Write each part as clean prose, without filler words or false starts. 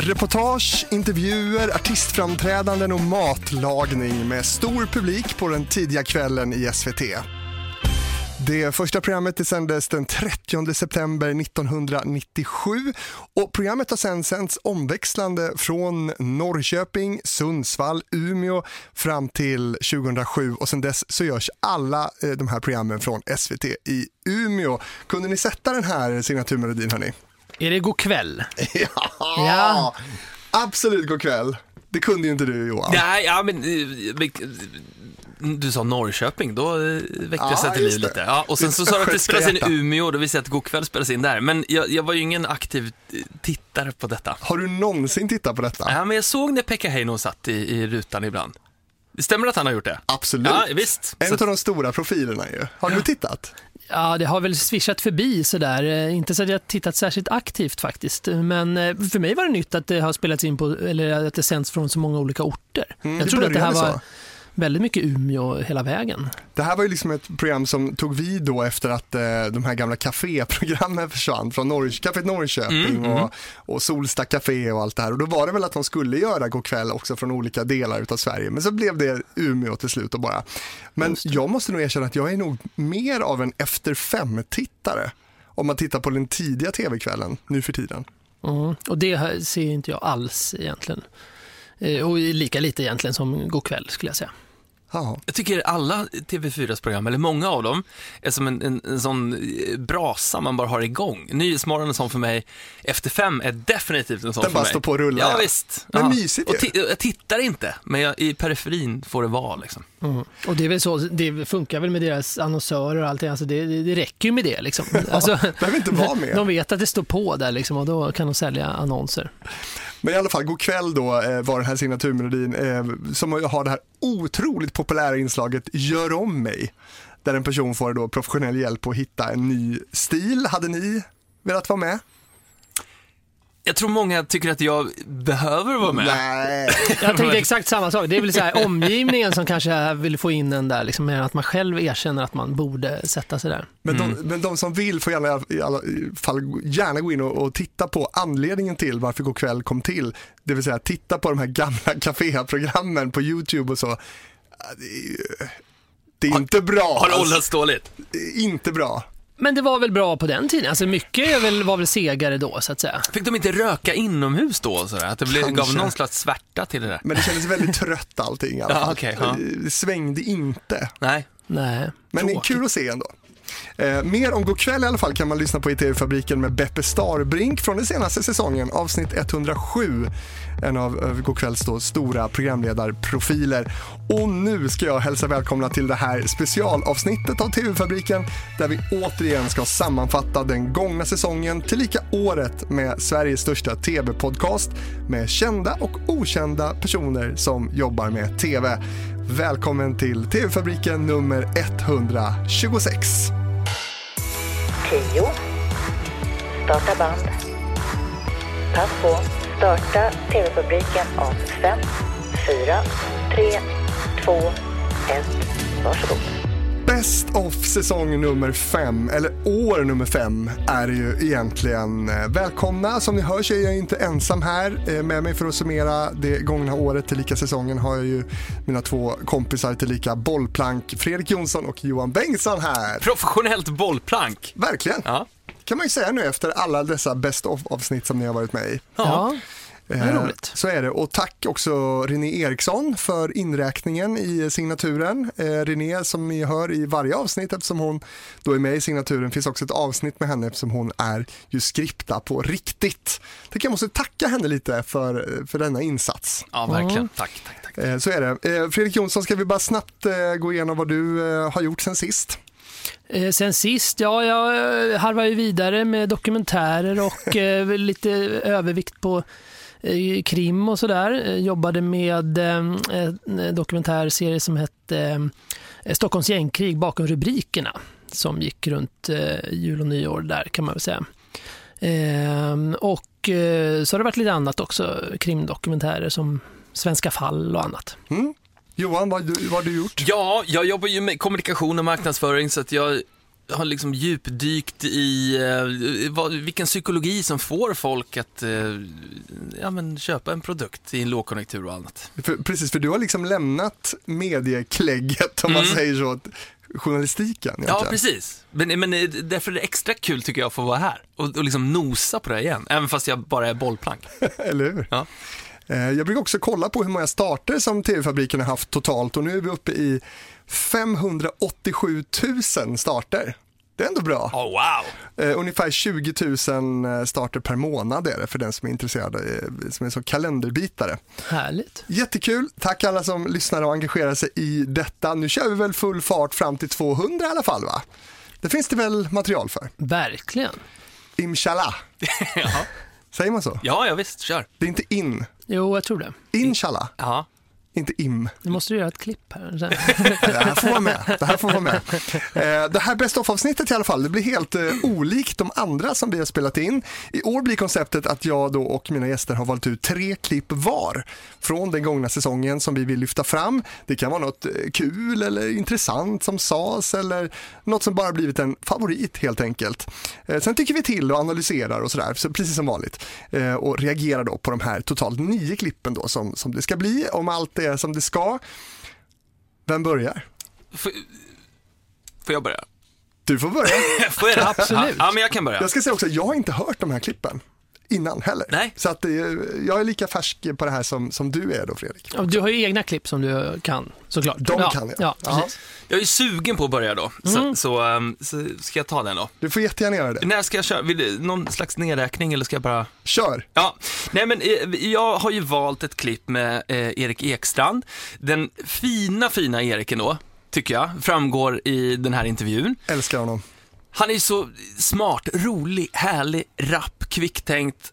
reportage, intervjuer, artistframträdanden och matlagning med stor publik på den tidiga kvällen i SVT. Det första programmet sändes den 30 september 1997 och programmet har sen sänds omväxlande från Norrköping, Sundsvall, Umeå fram till 2007 och sen dess så görs alla de här programmen från SVT i Umeå. Kunde ni sätta den här signaturmelodin, hörni? Är det god kväll? Ja, absolut god kväll. Det kunde ju inte du, Johan. Nej, ja, men du sa Norrköping, då väcktes det till liv lite. Ja, och sen så sa du att det spelas in i Umeå, då visste jag att god kväll spelas in där. Men jag var ju ingen aktiv tittare på detta. Har du någonsin tittat på detta? Ja, men jag såg när Pekka Heino satt i rutan ibland. Stämmer att han har gjort det? Absolut. Ja, visst. En av de stora profilerna ju. Har du tittat? Ja, det har väl swishat förbi sådär. Inte så att jag tittat särskilt aktivt faktiskt. Men för mig var det nytt att det har spelats in på, eller att det sänds från så många olika orter. Jag trodde att det här var väldigt mycket Umeå hela vägen. Det här var ju liksom ett program som tog vid då efter att de här gamla kaféprogrammen försvann från Café Norrköping och Solsta Café och allt det här. Och då var det väl att de skulle göra god kväll också från olika delar utav Sverige. Men så blev det Umeå till slut och bara. Men jag måste nog erkänna att jag är nog mer av en efter 5-tittare om man tittar på den tidiga tv-kvällen nu för tiden. Och det ser inte jag alls egentligen. Och lika lite egentligen som god kväll skulle jag säga. Aha. Jag tycker alla TV4s program, eller många av dem, är som en sån brasa man bara har igång. Nyhetsmorgon och sånt för mig efter 5 är definitivt en sån för mig. Den bara står på och rullar. Ja, visst. Men mysigt och jag tittar inte, men i periferin får det vara liksom. Och det är väl så, det funkar väl med deras annonsörer och allting, alltså det räcker ju med det liksom. Alltså, behöver inte vara med. De vet att det står på där liksom, och då kan de sälja annonser. Men i alla fall, god kväll då var den här signaturmelodin som har det här otroligt populära inslaget Gör om mig. Där en person får då professionell hjälp att hitta en ny stil. Hade ni velat vara med? Jag tror många tycker att jag behöver vara med. Nej. Jag tänkte exakt samma sak. Det är väl så här, omgivningen som kanske vill få in den där, liksom, mer att man själv erkänner att man borde sätta sig där. Men de som vill får i alla fall gärna gå in och titta på anledningen till varför god kväll kom till. Det vill säga titta på de här gamla kaféprogrammen på YouTube och så. Det är inte bra. Har det åldrats dåligt? Inte bra. Men det var väl bra på den tiden. Alltså mycket var väl segare då, så att säga. Fick de inte röka inomhus då? Så att det gav någon slags svärta till det där? Men det kändes väldigt trött allting. Ja, okay, ja. Det svängde inte. Nej. Men det är kul att se ändå. Mer om god kväll i alla fall kan man lyssna på i TV-fabriken med Beppe Starbrink från den senaste säsongen, avsnitt 107. En av god kvälls då stora programledarprofiler. Och nu ska jag hälsa välkomna till det här specialavsnittet av TV-fabriken där vi återigen ska sammanfatta den gångna säsongen tillika året med Sveriges största TV-podcast med kända och okända personer som jobbar med TV. Välkommen till TV-fabriken nummer 126. 10. Starta band. Pass på. Starta TV-fabriken om 5, 4, 3, 2, 1. Varsågod. Best of säsong nummer 5, eller år nummer 5 är ju egentligen välkomna. Som ni hör så är jag inte ensam här. Med mig för att summera det gångna året till lika säsongen har jag ju mina två kompisar till lika bollplank, Fredrik Jonsson och Johan Bengtsson här. Professionellt bollplank. Verkligen. Ja. Kan man ju säga nu efter alla dessa best of avsnitt som ni har varit med i. Ja. Det är roligt. Så är det. Och tack också René Eriksson för inräkningen i signaturen. René som ni hör i varje avsnitt eftersom hon då är med i signaturen. Finns också ett avsnitt med henne eftersom hon är ju skripta på riktigt. Jag måste tacka henne lite för denna insats. Ja, verkligen. Tack. Så är det. Fredrik Jonsson, ska vi bara snabbt gå igenom vad du har gjort sen sist? Sen sist, jag harvar ju vidare med dokumentärer och lite övervikt på krim och sådär. Jobbade med en dokumentärserie som hette Stockholms gängkrig bakom rubrikerna som gick runt jul och nyår där kan man väl säga. Och så har det varit lite annat också, krimdokumentärer som Svenska fall och annat. Johan, vad har du gjort? Ja, jag jobbar ju med kommunikation och marknadsföring så att jag har liksom djupdykt i vilken psykologi som får folk att köpa en produkt i en lågkonjunktur och annat. Precis, för du har liksom lämnat medieklägget, om man säger så, journalistiken egentligen. Ja, precis. Men därför är det extra kul tycker jag att få vara här och liksom nosa på det igen, även fast jag bara är bollplank. Eller hur? Ja. Jag brukar också kolla på hur många starter som TV-fabriken har haft totalt och nu är vi uppe i 587 000 starter. Det är ändå bra. Oh, wow! Ungefär 20 000 starter per månad är det för den som är intresserad, som är så kalenderbitare. Härligt. Jättekul. Tack alla som lyssnar och engagerar sig i detta. Nu kör vi väl full fart fram till 200 i alla fall, va? Det finns det väl material för? Verkligen. Inshallah. Ja. Säger man så? Ja, visst, kör. Det är inte in. Jo, jag tror det. Inshallah. Ja. Inte im. Nu måste du göra ett klipp här. Det här får vara med. Det här Best of-avsnittet i alla fall, det blir helt olikt de andra som vi har spelat in. I år blir konceptet att jag då och mina gäster har valt ut 3 klipp var från den gångna säsongen som vi vill lyfta fram. Det kan vara något kul eller intressant som sades eller något som bara blivit en favorit helt enkelt. Sen tycker vi till och analyserar och sådär, så precis som vanligt. Och reagerar då på de här totalt 9 klippen då som det ska bli, om allt det som det ska. Vem börjar? Får jag börja? Du får börja. Får jag det? Absolut. Ja, men jag kan börja. Jag ska säga också, jag har inte hört de här klippen innan heller. Nej. Så att jag är lika färsk på det här som du är då, Fredrik. Ja, du har ju egna klipp som du kan, såklart. De kan jag. Ja, precis. Jag är sugen på att börja då. Så ska jag ta den då. Du får jättegärna göra det. När ska jag köra? Vill du någon slags nedräkning eller ska jag bara... Kör! Ja, nej men jag har ju valt ett klipp med Erik Ekstrand. Den fina Eriken då, tycker jag, framgår i den här intervjun. Älskar honom. Han är så smart, rolig, härlig, rapp, kvicktänkt.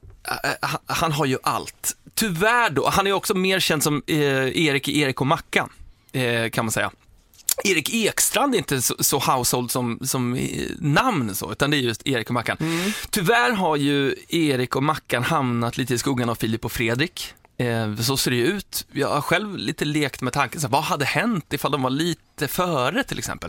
Han har ju allt. Tyvärr då, han är också mer känd som Erik och Mackan, kan man säga. Erik Ekstrand är inte så household som namn så, utan det är just Erik och Mackan. Tyvärr har ju Erik och Mackan hamnat lite i skuggan av Filip och Fredrik. Så ser det ut. Jag har själv lite lekt med tanken, så vad hade hänt ifall de var lite före till exempel.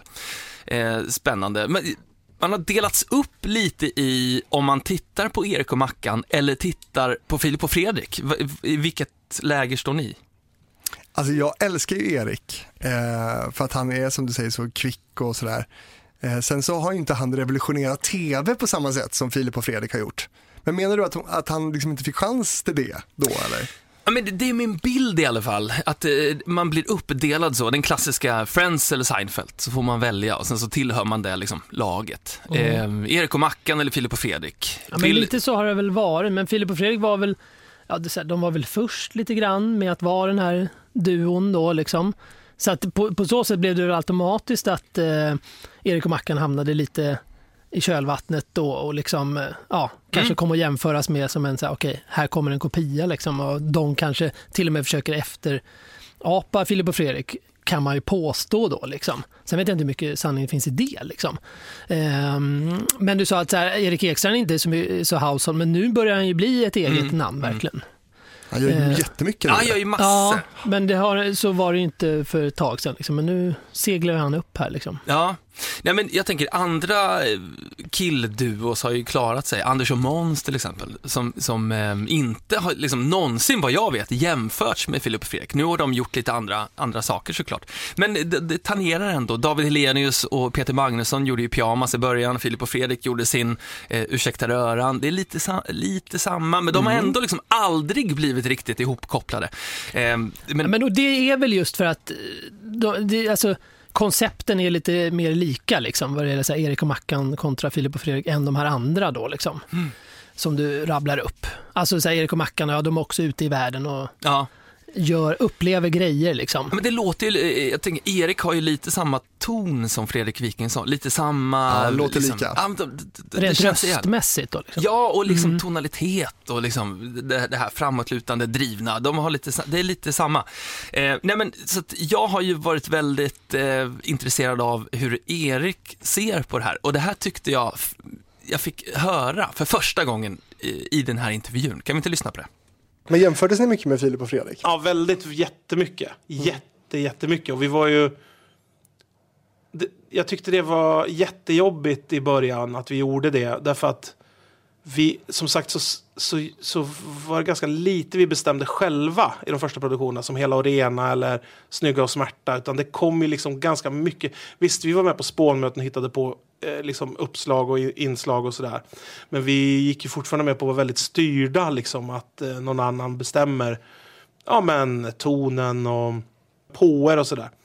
Spännande. Men man har delats upp lite i om man tittar på Erik och Mackan eller tittar på Filip och Fredrik. I vilket läger står ni? Alltså jag älskar ju Erik för att han är, som du säger, så kvick och sådär. Sen så har ju inte han revolutionerat tv på samma sätt som Filip och Fredrik har gjort. Men menar du att han liksom inte fick chans till det då, eller? Ja, men det är min bild i alla fall, att man blir uppdelad så, den klassiska Friends eller Seinfeld, så får man välja och sen så tillhör man det liksom laget. Erik och Mackan eller Filip och Fredrik. Ja, men lite så har det väl varit, men Filip och Fredrik var väl, de var väl först lite grann med att vara den här duon då liksom. Så att på så sätt blev det väl automatiskt att Erik och Mackan hamnade lite i kölvattnet då och liksom, kanske kommer att jämföras med som en så här, okej, här kommer en kopia liksom, och de kanske till och med försöker efterapa Filip och Fredrik, kan man ju påstå då liksom. Sen vet jag inte hur mycket sanning finns i det liksom. Men du sa att så här, Erik Ekstrand inte är så household, men nu börjar han ju bli ett eget namn verkligen. Han gör ju jättemycket. Ja, han gör ju massor. Ja, men så var det ju inte för ett tag sedan liksom. Men nu seglar han upp här liksom. Ja, nej men jag tänker andra killduos har ju klarat sig. Anders och Måns till exempel, som inte har liksom någonsin, vad jag vet, jämförts med Filip och Fredrik. Nu har de gjort lite andra saker såklart. Men det tangerar ändå. David Hellenius och Peter Magnusson gjorde ju Pyjamas i början. Filip och Fredrik gjorde sin Ursäkta röran. Det är lite samma, men de har ändå liksom aldrig blivit riktigt ihopkopplade. Men och det är väl just för att alltså koncepten är lite mer lika liksom, vad det gäller så här, Erik och Mackan kontra Filip och Fredrik än de här andra då liksom, som du rabblar upp. Alltså så här, Erik och Mackan, de är också ute i världen och upplever grejer liksom. Men det låter ju, jag tänker, Erik har ju lite samma ton som Fredrik Wikingsson, lite samma... Ja, låter liksom, lika. Rent röstmässigt då liksom. Ja, och liksom tonalitet och liksom det här framåtlutande drivna, de har det är lite samma. Nej men, så att jag har ju varit väldigt intresserad av hur Erik ser på det här, och det här tyckte jag fick höra för första gången i den här intervjun. Kan vi inte lyssna på det? Men jämfördes ni mycket med Filip och Fredrik? Ja, jättemycket. Jättemycket. Och vi var ju... jag tyckte det var jättejobbigt i början att vi gjorde det. Därför att vi, som sagt, så var det ganska lite vi bestämde själva i de första produktionerna, som Hela och Rena eller Snygga och smärta, utan det kom ju liksom ganska mycket. Visst, vi var med på spånmöten och hittade på liksom uppslag och inslag och sådär. Men vi gick ju fortfarande med på att vara väldigt styrda, liksom, att någon annan bestämmer tonen och påer och sådär.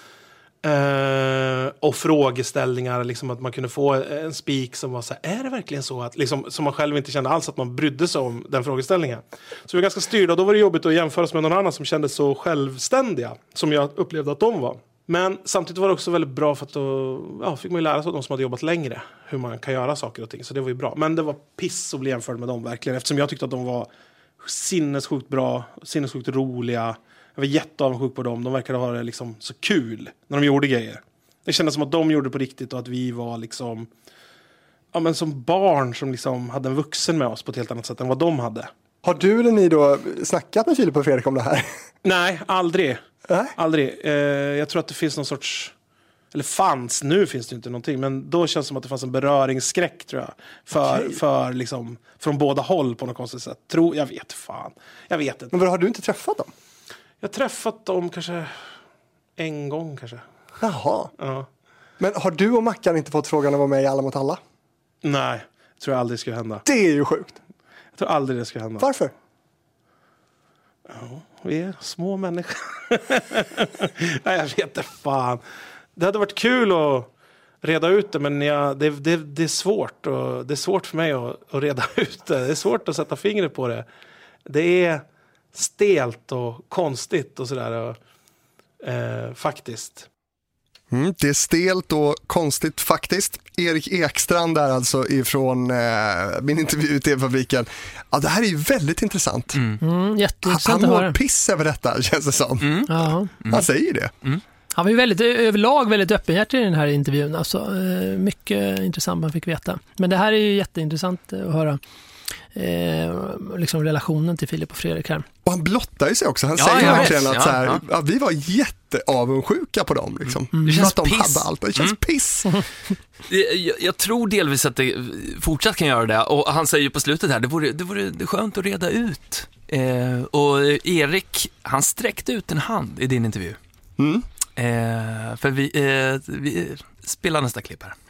Och frågeställningar, liksom, att man kunde få en spik som var så här, är det verkligen så att, liksom, som man själv inte kände alls att man brydde sig om den frågeställningen. Så vi var ganska styrda, och då var det jobbigt att jämföras med någon annan som kände så självständiga som jag upplevde att de var. Men samtidigt var det också väldigt bra, för att då fick man ju lära sig av de som hade jobbat längre hur man kan göra saker och ting, så det var ju bra. Men det var piss att bli jämförd med dem verkligen, eftersom jag tyckte att de var sinnessjukt bra, sinnessjukt roliga. Jag var jätteavundsjuk på dem. De verkade ha det liksom så kul när de gjorde grejer. Det kändes som att de gjorde det på riktigt, och att vi var liksom, men som barn som liksom hade en vuxen med oss på ett helt annat sätt än vad de hade. Har du eller ni då snackat med Filip och Fredrik om det här? Nej, aldrig. Aldrig. Jag tror att det finns någon sorts, eller nu finns det inte någonting, men då känns det som att det fanns en beröringsskräck, tror jag. För liksom, från båda håll på något konstigt sätt. Jag vet inte. Men har du inte träffat dem? Jag har träffat dem kanske en gång kanske. Jaha. Ja. Men har du och Mackan inte fått frågan att vara med i Alla mot alla? Nej, tror jag aldrig skulle hända. Det är ju sjukt. Jag tror aldrig det skulle hända. Varför? Ja, vi är små människor. Nej, jag vet inte fan. Det hade varit kul att reda ut det, men det är svårt. Och det är svårt för mig att reda ut det. Det är svårt att sätta fingret på det. Det är stelt och konstigt och sådär, faktiskt. Det är stelt och konstigt faktiskt. Erik Ekstrand där alltså ifrån min intervju i TV-fabriken. Ja, det här är ju väldigt intressant. Jätteintressant. Han mår piss över detta, känns det som. Han säger det. Han var ju överlag väldigt öppenhjärtig i den här intervjun. Alltså, mycket intressant man fick veta. Men det här är ju jätteintressant att höra. Liksom relationen till Filip och Fredrik här. Och han blottar ju sig också. Han säger verkligen att så här, vi var jätteavundsjuka på dem. Liksom. Det känns att de piss. hade allt. Det känns piss. Jag tror delvis att det fortsatt kan göra det. Och han säger ju på slutet här, det vore skönt att reda ut. Och Erik, han sträckte ut en hand i din intervju. För vi spelar nästa klipp här.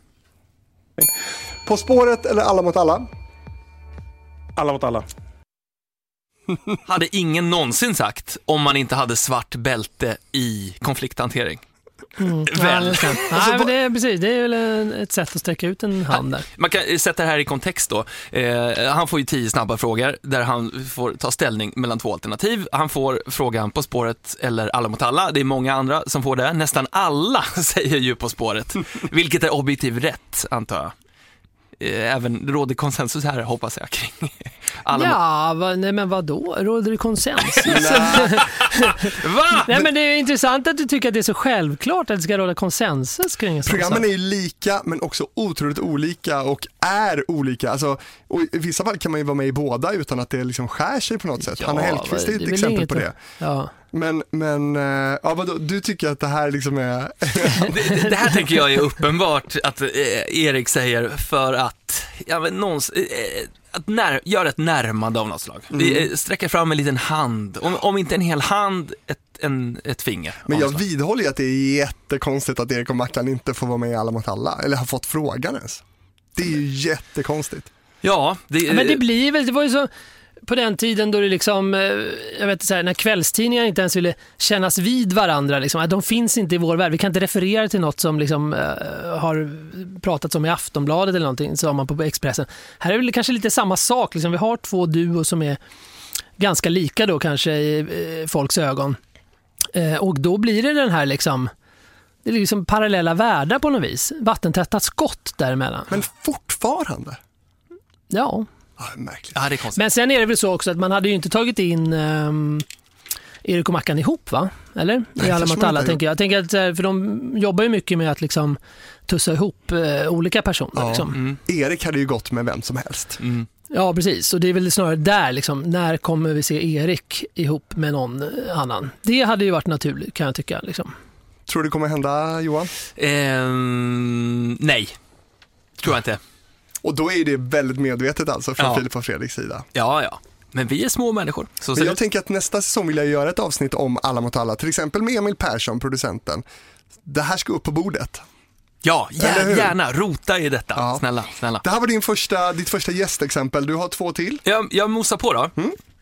På spåret eller Alla mot alla? Alla mot alla. Hade ingen någonsin sagt om man inte hade svart bälte i konflikthantering. Väl. Nej, men det är precis. Det är väl ett sätt att sträcka ut en hand där. Man kan sätta det här i kontext då. Han får ju 10 snabba frågor där han får ta ställning mellan 2 alternativ. Han får frågan På spåret eller Alla mot alla. Det är många andra som får det. Nästan alla säger ju På spåret. Vilket är objektiv rätt, antar jag. Även råder konsensus här, hoppas jag, kring alla. Nej, men vadå? Råder det konsensus? Va? Nej, men det är intressant att du tycker att det är så självklart att det ska råda konsensus kring en sån sak. Programmen är ju lika, men också otroligt olika och är olika. Alltså, och i vissa fall kan man ju vara med i båda utan att det liksom skär sig på något sätt. Hanna Hellquist är ett exempel på det. Ja. Men vadå? Du tycker att det här liksom är... det här tänker jag är uppenbart att Erik säger för att göra ett närmande av något slag. Vi sträcker fram en liten hand, om inte en hel hand, ett finger. Men jag vidhåller att det är jättekonstigt att Erik och Mackan inte får vara med i Alla mot alla, eller har fått frågan ens. Det är ju jättekonstigt. Ja, men det blir väl, det var ju så på den tiden då det liksom, jag vet inte, så här, när kvällstidningar inte ens ville kännas vid varandra, liksom, att de finns inte i vår värld. Vi kan inte referera till något som liksom, har pratats om i Aftonbladet eller någonting, sa man på Expressen. Här är det kanske lite samma sak. Liksom, vi har 2 duo som är ganska lika då kanske i folks ögon. Och då blir det den här liksom, det är liksom parallella världar på något vis. Vattentäta skott däremellan. Men fortfarande? Ja. Märkligt. Ja, det är konstigt. Men sen är det väl så också att man hade ju inte tagit in Erik och Mackan ihop, va? Eller? I Alla mot alla, tänker jag. Jag tänker att, för de jobbar ju mycket med att liksom tussa ihop olika personer. Ja. Liksom. Erik hade ju gått med vem som helst. Ja, precis. Och det är väl snarare där, liksom, när kommer vi se Erik ihop med någon annan? Det hade ju varit naturligt, kan jag tycka. Liksom. Tror du det kommer hända, Johan? Nej, tror jag inte. Och då är det väldigt medvetet alltså från Filip och Fredriks sida. Ja. Men vi är små människor. Men jag tänker att nästa säsong vill jag göra ett avsnitt om Alla mot alla. Till exempel med Emil Persson, producenten. Det här ska upp på bordet. Ja, gärna. Rota i detta. Ja. Snälla. Det här var ditt första gästexempel. Du har 2 till. Jag mosar på då.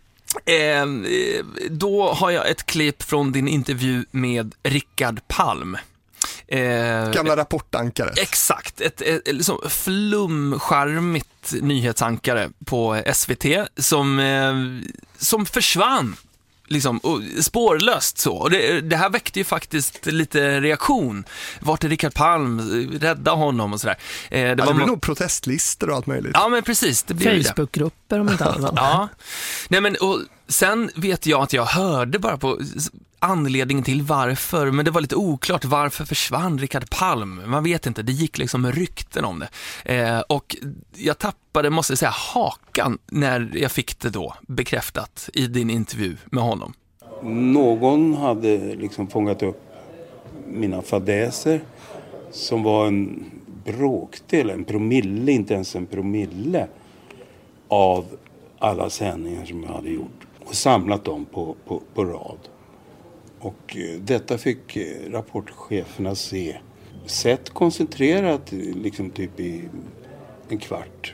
Då har jag ett klipp från din intervju med Rickard Palm. Gamla rapportankaret. Exakt, ett liksom flumcharmigt nyhetsankare på SVT som försvann liksom, och spårlöst så. Och det här väckte ju faktiskt lite reaktion. Vart är Rickard Palm? Rädda honom och sådär. Det var nog protestlistor och allt möjligt. Ja, men precis. Det blev Facebookgrupper om inte annat. Ja. Nej, men och sen vet jag att jag hörde bara på anledningen till varför, men det var lite oklart varför försvann Rickard Palm. Man vet inte, det gick liksom rykten om det. Och jag tappade, måste jag säga, hakan när jag fick det då bekräftat i din intervju med honom. Någon hade liksom fångat upp mina fadäser som var en bråkdel, en promille, inte ens en promille av alla sändningar som jag hade gjort och samlat dem på rad. Och detta fick rapportcheferna se. Sett koncentrerat liksom typ i en kvart.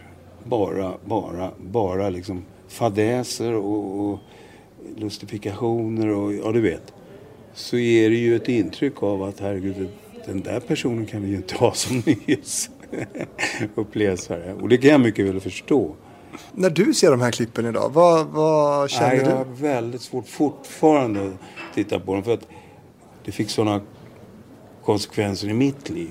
Bara liksom fadäser och lustifikationer och ja, du vet. Så ger det ju ett intryck av att herregud, den där personen kan vi ju inte ha som nyhetsuppläsare. Och det kan jag mycket väl förstå. När du ser de här klippen idag, vad känner du? Jag har väldigt svårt fortfarande att titta på dem för att det fick sådana konsekvenser i mitt liv.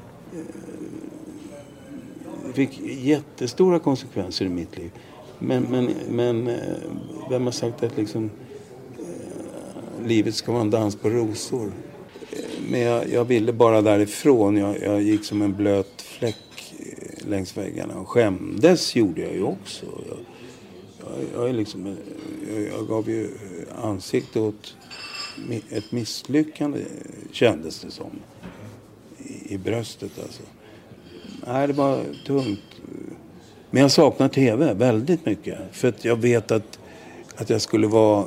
Det fick jättestora konsekvenser i mitt liv. Men vem har sagt att liksom, livet ska vara en dans på rosor? Men jag ville bara därifrån. Jag gick som en blöt fläck längs väggarna och skämdes gjorde jag ju också. Jag gav ju ansikte åt ett misslyckande, kändes det som i bröstet alltså. Nej, det var tungt. Men jag saknar tv väldigt mycket för att jag vet att jag skulle vara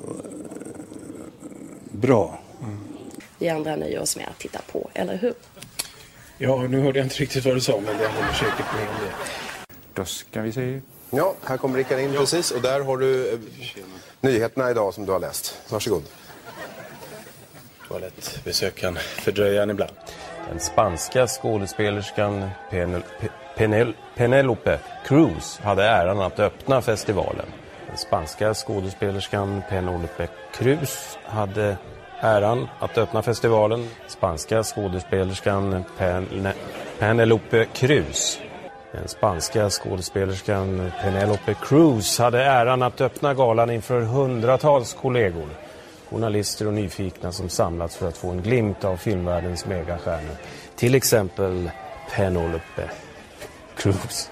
bra. Vi andra nöjer oss med att titta på, eller hur? Ja, nu hörde jag inte riktigt vad du sa, men jag håller säkert med om det. Då ska vi se. Ja, här kommer Rickard in precis. Och där har du nyheterna idag som du har läst. Varsågod. Toalettbesök kan fördröja en ibland. Den spanska skådespelerskan Penélope Cruz hade äran att öppna festivalen. Den spanska skådespelerskan Penélope Cruz hade äran att öppna festivalen. Spanska skådespelerskan Penélope Cruz. Den spanska skådespelerskan Penélope Cruz hade äran att öppna galan inför hundratals kollegor. Journalister och nyfikna som samlats för att få en glimt av filmvärldens megastjärnor. Till exempel Penélope Cruz.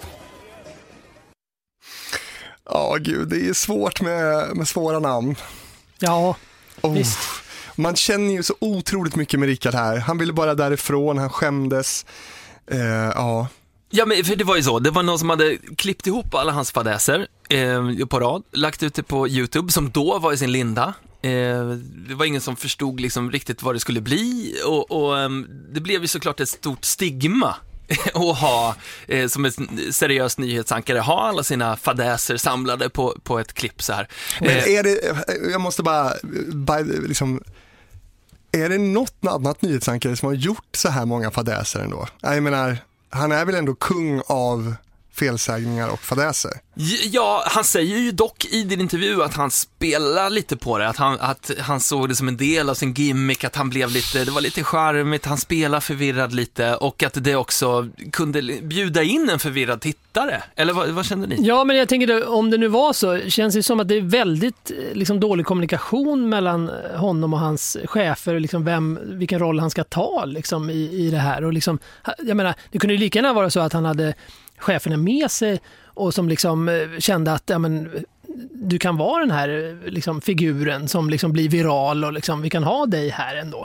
Ja, gud, det är svårt med svåra namn. Ja, visst. Man känner ju så otroligt mycket med Rickard här. Han ville bara därifrån, han skämdes. Ja. Ja, men för det var ju så. Det var någon som hade klippt ihop alla hans fadäser på rad, lagt ut det på YouTube, som då var i sin linda. Det var ingen som förstod liksom riktigt vad det skulle bli. Och det blev ju såklart ett stort stigma att ha, som ett seriös nyhetsankare, ha alla sina fadäser samlade på ett klipp så här. Men är det, jag måste bara liksom, är det något annat nyhetsankare som har gjort så här många fadäser ändå? Jag menar, han är väl ändå kung av felsägningar och fadäser. Ja, han säger ju dock i din intervju att han spelar lite på det, att han såg det som en del av sin gimmick, att han blev lite, det var lite charmigt, han spelar förvirrad lite, och att det också kunde bjuda in en förvirrad tittare. Eller vad känner ni? Ja, men jag tänker, om det nu var så, känns det som att det är väldigt liksom, dålig kommunikation mellan honom och hans chefer, liksom vilken roll han ska ta liksom, i det här. Och liksom, jag menar, det kunde ju lika gärna vara så att han hade cheferna med sig och som liksom kände att du kan vara den här liksom figuren som liksom blir viral och liksom, vi kan ha dig här ändå.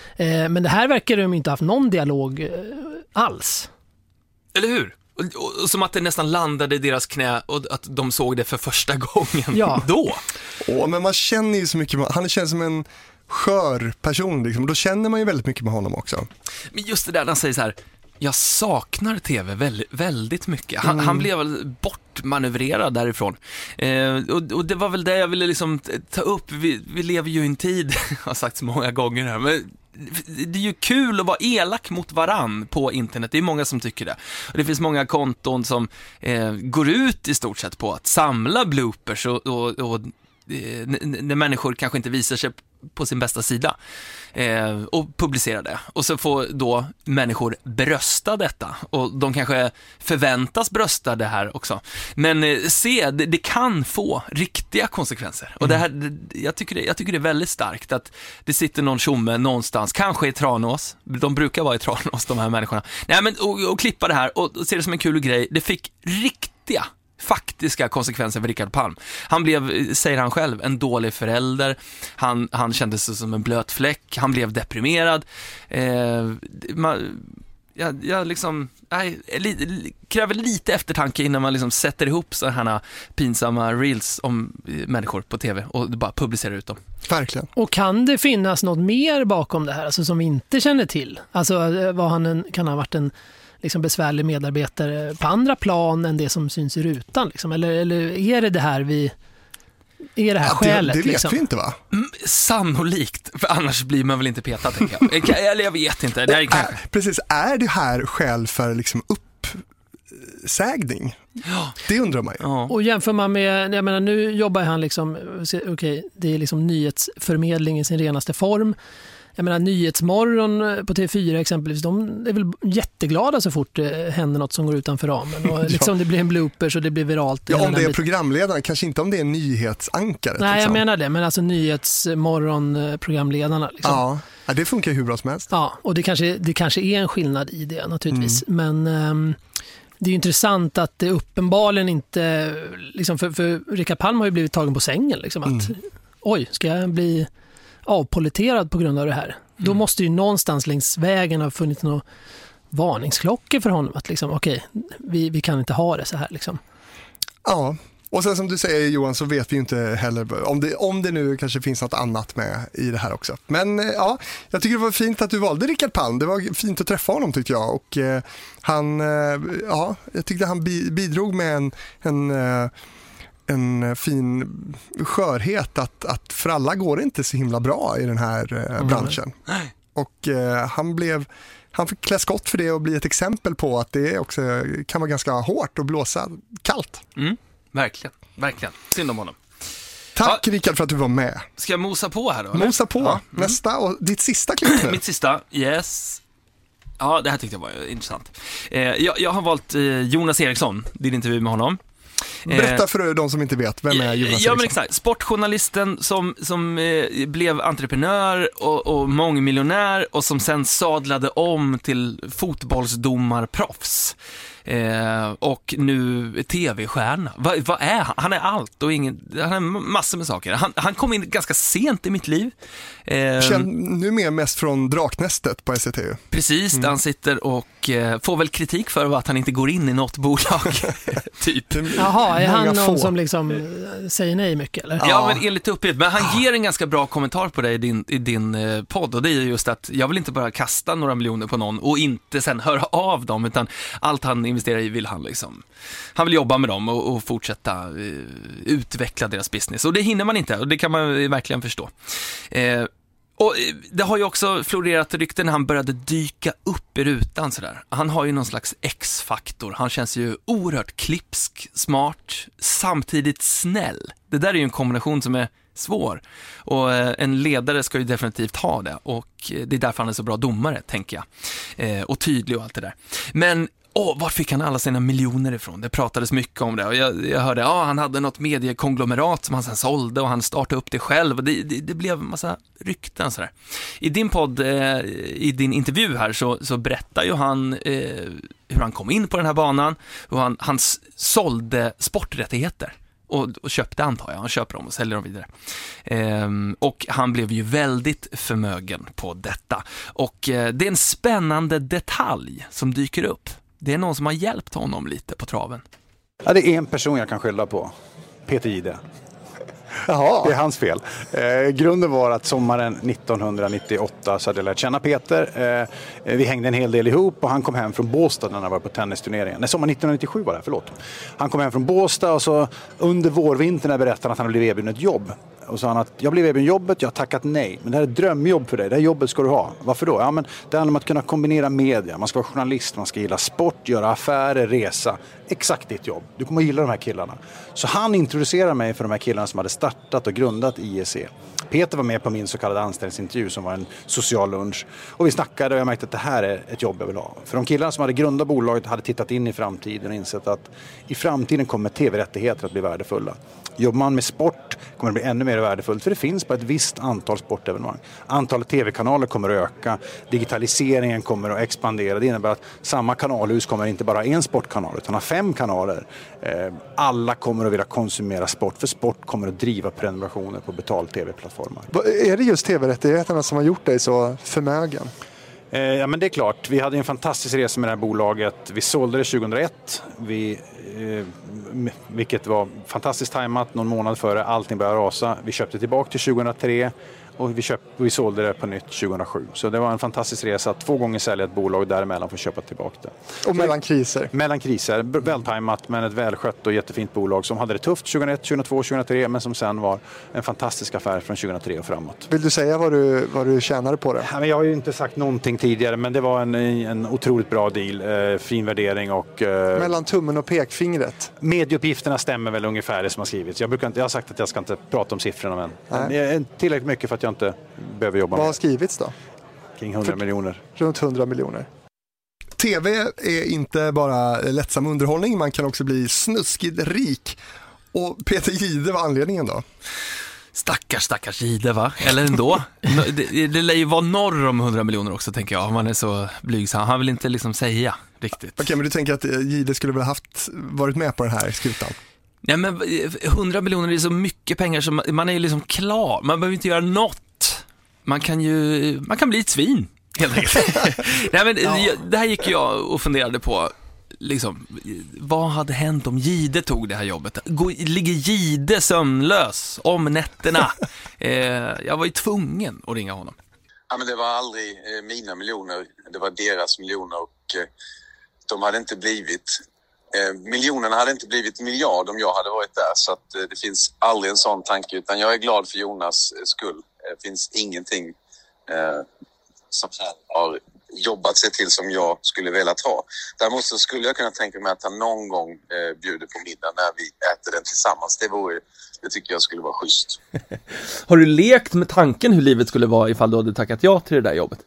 Men det här verkar de inte ha haft någon dialog alls. Eller hur? Och som att det nästan landade i deras knä och att de såg det för första gången då. Men man känner ju så mycket, han känns som en skör person liksom, och då känner man ju väldigt mycket med honom också. Men just det där, han säger så här: jag saknar tv väldigt, väldigt mycket. Han blev väl bortmanövrerad därifrån. Och det var väl det jag ville liksom ta upp. Vi lever ju i en tid, har sagt så många gånger här, men det är ju kul att vara elak mot varann på internet. Det är många som tycker det. Och det finns många konton som går ut i stort sett på att samla bloopers och när människor kanske inte visar sig på sin bästa sida och publicera det. Och så får då människor brösta detta. Och de kanske förväntas brösta det här också. Men det kan få riktiga konsekvenser. Och det här, jag tycker det är väldigt starkt att det sitter någon tjomme någonstans, kanske i Tranås. De brukar vara i Tranås, de här människorna. Nej, men och klippa det här och se det som en kul grej. Det fick riktiga faktiska konsekvenser för Rickard Palm. Han blev, säger han själv, en dålig förälder. Han kände sig som en blöt fläck. Han blev deprimerad. Jag liksom kräver lite eftertanke innan man liksom sätter ihop så här pinsamma reels om människor på tv och bara publicerar ut dem. Verkligen. Och kan det finnas något mer bakom det här, alltså som vi inte känner till? Alltså kan ha varit en liksom besvärlig medarbetare på andra plan än det som syns i rutan liksom? Eller är det här skälet? Det vet liksom? vi inte, va? Sannolikt, för annars blir man väl inte petad, tänker jag. Eller jag vet inte. Det är precis, är det här skäl för liksom uppsägning? Ja. Det undrar man ju. Ja. Och jämför man med, jag menar, nu jobbar han liksom, det är liksom nyhetsförmedling i sin renaste form. Jag menar, Nyhetsmorgon på TV4 exempelvis, de är väl jätteglada så fort det händer något som går utanför ramen. Och liksom det blir en blooper så det blir viralt. Ja, om det är programledaren, kanske inte om det är nyhetsankaret. Nej, liksom. Jag menar det, men alltså Nyhetsmorgon-programledarna. Liksom. Ja, det funkar hur bra som helst. Ja, och det kanske är en skillnad i det naturligtvis. Men det är ju intressant att det uppenbarligen inte, liksom, för Rickard Palm har ju blivit tagen på sängen. Liksom, att, ska jag bli avpoliterad på grund av det här. Då måste ju någonstans längs vägen ha funnits några varningsklockor för honom att liksom, vi kan inte ha det så här liksom. Ja, och sen som du säger, Johan, så vet vi ju inte heller om det nu kanske finns något annat med i det här också. Men ja, jag tycker det var fint att du valde Rickard Palm. Det var fint att träffa honom, tyckte jag. Och jag tyckte han bidrog med en fin skörhet att för alla går det inte så himla bra i den här branschen. Och han fick klä skott för det och bli ett exempel på att det också kan vara ganska hårt och blåsa kallt. Verkligen. Synd om honom. Tack Rickard för att du var med. Ska jag mosa på här då? Eller? Mosa på. Ja. Nästa och ditt sista klipp nu. Mitt sista, yes. Ja, det här tyckte jag var intressant. Jag har valt Jonas Eriksson, din intervju med honom. Berätta för de som inte vet, vem är Jonas Eriksson? Ja, men exakt. Sportjournalisten som blev entreprenör och mångmiljonär och som sen sadlade om till fotbollsdomarproffs. Och nu tv-stjärna. Vad är han? Han är allt och han är massor med saker. Han kom in ganska sent i mitt liv. Nu mer mest från Draknästet på SCT. Precis, där han sitter och får väl kritik för att han inte går in i något bolag. Typ. Jaha, är han någon som liksom säger nej mycket, eller? Ja, men enligt uppgift. Men han ger en ganska bra kommentar på det i din podd, och det är just att jag vill inte bara kasta några miljoner på någon och inte sen höra av dem, utan allt han investerar i vill han liksom. Han vill jobba med dem och fortsätta utveckla deras business. Och det hinner man inte, och det kan man verkligen förstå. Och det har ju också florerat rykten när han började dyka upp i rutan sådär. Han har ju någon slags X-faktor. Han känns ju oerhört klipsk, smart, samtidigt snäll. Det där är ju en kombination som är svår. Och en ledare ska ju definitivt ha det. Och det är därför han är så bra domare, tänker jag. Och tydlig och allt det där. Men var fick han alla sina miljoner ifrån? Det pratades mycket om det. Och jag hörde, han hade något mediekonglomerat som han sen sålde och han startade upp det själv. Och det blev en massa rykten sådär. I din podd, i din intervju här, så berättar ju han hur han kom in på den här banan. Och han sålde sporträttigheter. och köpte, antar jag. Han köper dem och säljer dem vidare. Och han blev ju väldigt förmögen på detta. Och det är en spännande detalj som dyker upp. Det är någon som har hjälpt honom lite på traven. Ja, det är en person jag kan skylla på. Peter Jihde. Jaha. Det är hans fel. Grunden var att sommaren 1998 så hade jag lärt känna Peter. Vi hängde en hel del ihop och han kom hem från Båstad när han var på tennisturneringen. Nej, sommaren 1997 var det, förlåt. Han kom hem från Båstad och så under vårvintern berättade han att han hade blivit erbjuden ett jobb. Och sa han att jag blev erbjuden jobbet, jag har tackat nej. Men det här är ett drömjobb för dig, det här jobbet ska du ha. Varför då? Ja, men det handlar om att kunna kombinera media. Man ska vara journalist, man ska gilla sport, göra affärer, resa. Exakt ditt jobb. Du kommer att gilla de här killarna. Så han introducerade mig för de här killarna som hade startat och grundat IEC. Peter var med på min så kallade anställningsintervju som var en social lunch. Och vi snackade och jag märkte att det här är ett jobb jag vill ha. För de killarna som hade grundat bolaget hade tittat in i framtiden och insett att i framtiden kommer tv-rättigheter att bli värdefulla. Jobbar man med sport kommer det bli ännu mer värdefullt för det finns bara ett visst antal sportevenemang. Antalet tv-kanaler kommer att öka, digitaliseringen kommer att expandera. Det innebär att samma kanalhus kommer inte bara ha en sportkanal utan ha 5 kanaler. Alla kommer att vilja konsumera sport för sport kommer att driva prenumerationer på betal-tv-plattformar. Är det just tv-rättigheterna som har gjort dig så förmögen? Ja, men det är klart. Vi hade en fantastisk resa med det här bolaget. Vi sålde det 2001. Vilket var fantastiskt tajmat. Någon månad före allting började rasa. Vi köpte tillbaka till 2003 och vi sålde det på nytt 2007. Så det var en fantastisk resa. 2 gånger sälja ett bolag och däremellan få köpa tillbaka det. Och mellan kriser? Mellan kriser. Vältajmat men ett välskött och jättefint bolag som hade det tufft 2001, 2002, 2003 men som sen var en fantastisk affär från 2003 och framåt. Vill du säga vad du tjänade på det? Ja, men jag har ju inte sagt någonting tidigare men det var en otroligt bra deal. Fin värdering och... Mellan tummen och pekfingret? Medieuppgifterna stämmer väl ungefär det som har skrivits. Jag har sagt att jag ska inte prata om siffrorna men tillräckligt mycket för att jag inte behöver jobba med. Vad har skrivits då? Kring 100 miljoner. Runt 100 miljoner. TV är inte bara lättsam underhållning, man kan också bli snuskigt rik. Och Peter Jihde var anledningen då? Stackars Jihde, va? Eller ändå. Det lär ju vara norr om 100 miljoner också, tänker jag. Om man är så blygsam. Han vill inte liksom säga riktigt. Okej, men du tänker att Jihde skulle väl varit med på den här skutan? Nej, men 100 miljoner är så mycket pengar som man är ju liksom klar. Man behöver inte göra något. Man kan bli ett svin, helt enkelt. Nej, men det här gick jag och funderade på. Liksom, vad hade hänt om Jihde tog det här jobbet? Ligger Jihde sömnlös om nätterna? Jag var ju tvungen att ringa honom. Ja, men det var aldrig mina miljoner. Det var deras miljoner och de hade inte blivit... miljonerna hade inte blivit miljard om jag hade varit där. Så att, det finns aldrig en sån tanke. Utan jag är glad för Jonas skull. Det finns ingenting som har jobbat sig till som jag skulle velat ha. Däremot så skulle jag kunna tänka mig att han någon gång bjuder på middag när vi äter den tillsammans. Det tycker jag skulle vara schysst. Har du lekt med tanken hur livet skulle vara ifall du hade tackat ja till det där jobbet?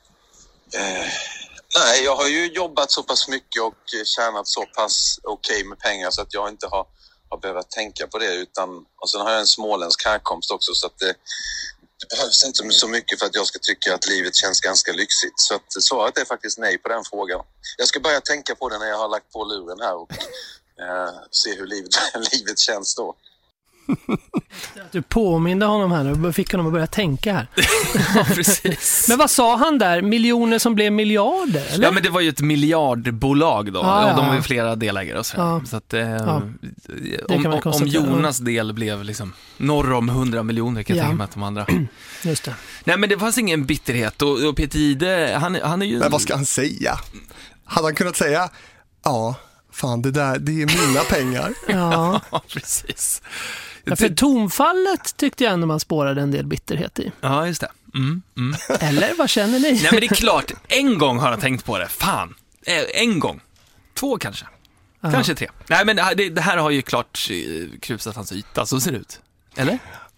Nej, jag har ju jobbat så pass mycket och tjänat så pass okej med pengar så att jag inte har behövt tänka på det. Och sen har jag en småländsk härkomst också så att det behövs inte så mycket för att jag ska tycka att livet känns ganska lyxigt. Så att svaret är faktiskt nej på den frågan. Jag ska börja tänka på det när jag har lagt på luren här och se hur livet känns då. Du påminner honom här och fick honom att börja tänka här. Ja, precis. Men vad sa han där? Miljoner som blev miljarder, eller? Ja, men det var ju ett miljardbolag då. Ja. De var ju flera delägare och så. Ja. Så att, om Jonas del blev liksom norr om 100 miljoner kan jag tänka mig att de andra. Just det. Nej, men det fanns ingen bitterhet och Peter Jihde, han är ju... Men vad ska han säga? Hade han kunnat säga, ja, fan det är mina pengar. Ja, precis. Ja, för tonfallet tyckte jag ändå man spårade en del bitterhet i. Ja, just det. Eller vad känner ni? Nej, men det är klart, en gång har han tänkt på det. Fan, en gång. 2 kanske. Kanske 3. Nej, men det här har ju klart krusat hans yta, så ser det ut. Eller?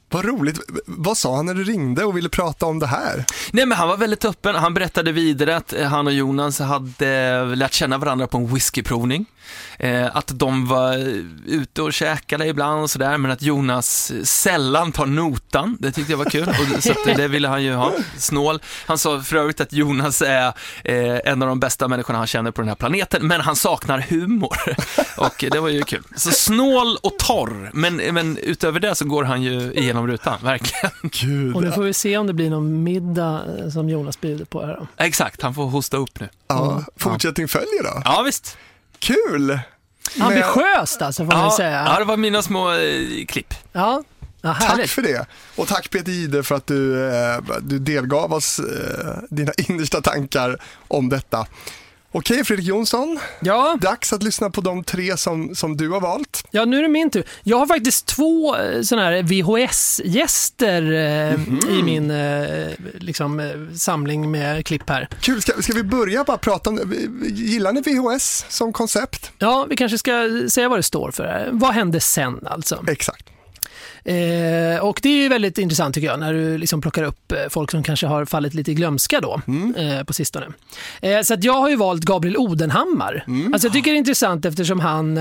Vad roligt. Vad sa han när du ringde och ville prata om det här? Nej, men han var väldigt öppen. Han berättade vidare att han och Jonas hade lärt känna varandra på en whiskyprovning. Att de var ute och käkade ibland och sådär, men att Jonas sällan tar notan. Det tyckte jag var kul, och så att det ville han ju ha. Snål. Han sa för övrigt att Jonas är en av de bästa människorna han känner på den här planeten, men han saknar humor. Och det var ju kul. Så snål och torr, men utöver det så går han ju igenom rutan, verkligen. Gud. Och nu får vi se om det blir någon middag som Jonas bjuder på här då. Exakt, han får hosta upp nu. Ja, fortsättning följer då. Ja, visst. Kul! Ambitiöst alltså, får man säga. Ja, det var mina små klipp. Ja, tack för det. Och tack Peter Jihde för att du delgav oss dina innersta tankar om detta. Okej, Fredrik Jonsson. Ja. Dags att lyssna på de 3 som du har valt. Ja, nu är det min tur. Jag har faktiskt 2 såna här VHS-gäster i min samling med klipp här. Kul, ska vi börja bara prata om, gillar ni VHS som koncept? Ja, vi kanske ska säga vad det står för här. Vad hände sen alltså? Exakt. Och det är ju väldigt intressant tycker jag, när du liksom plockar upp folk som kanske har fallit lite i glömska då på sistone. Så att jag har ju valt Gabriel Odenhammar. Alltså jag tycker det är intressant eftersom han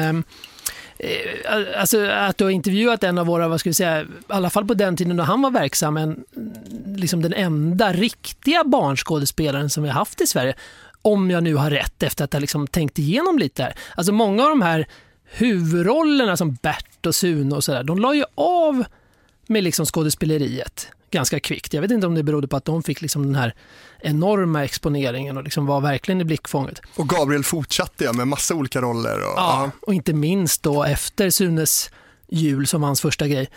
alltså att du har intervjuat en av våra, vad ska vi säga, i alla fall på den tiden då han var verksam, liksom den enda riktiga barnskådespelaren som vi har haft i Sverige, om jag nu har rätt efter att jag liksom tänkt igenom lite här. Alltså många av de här huvudrollerna som Bert och Sune och sådär, de la ju av med liksom skådespeleriet ganska kvickt. Jag vet inte om det berodde på att de fick liksom den här enorma exponeringen och liksom var verkligen i blickfånget. Och Gabriel fortsatte med massa olika roller. Och inte minst då efter Sunes jul som hans första grej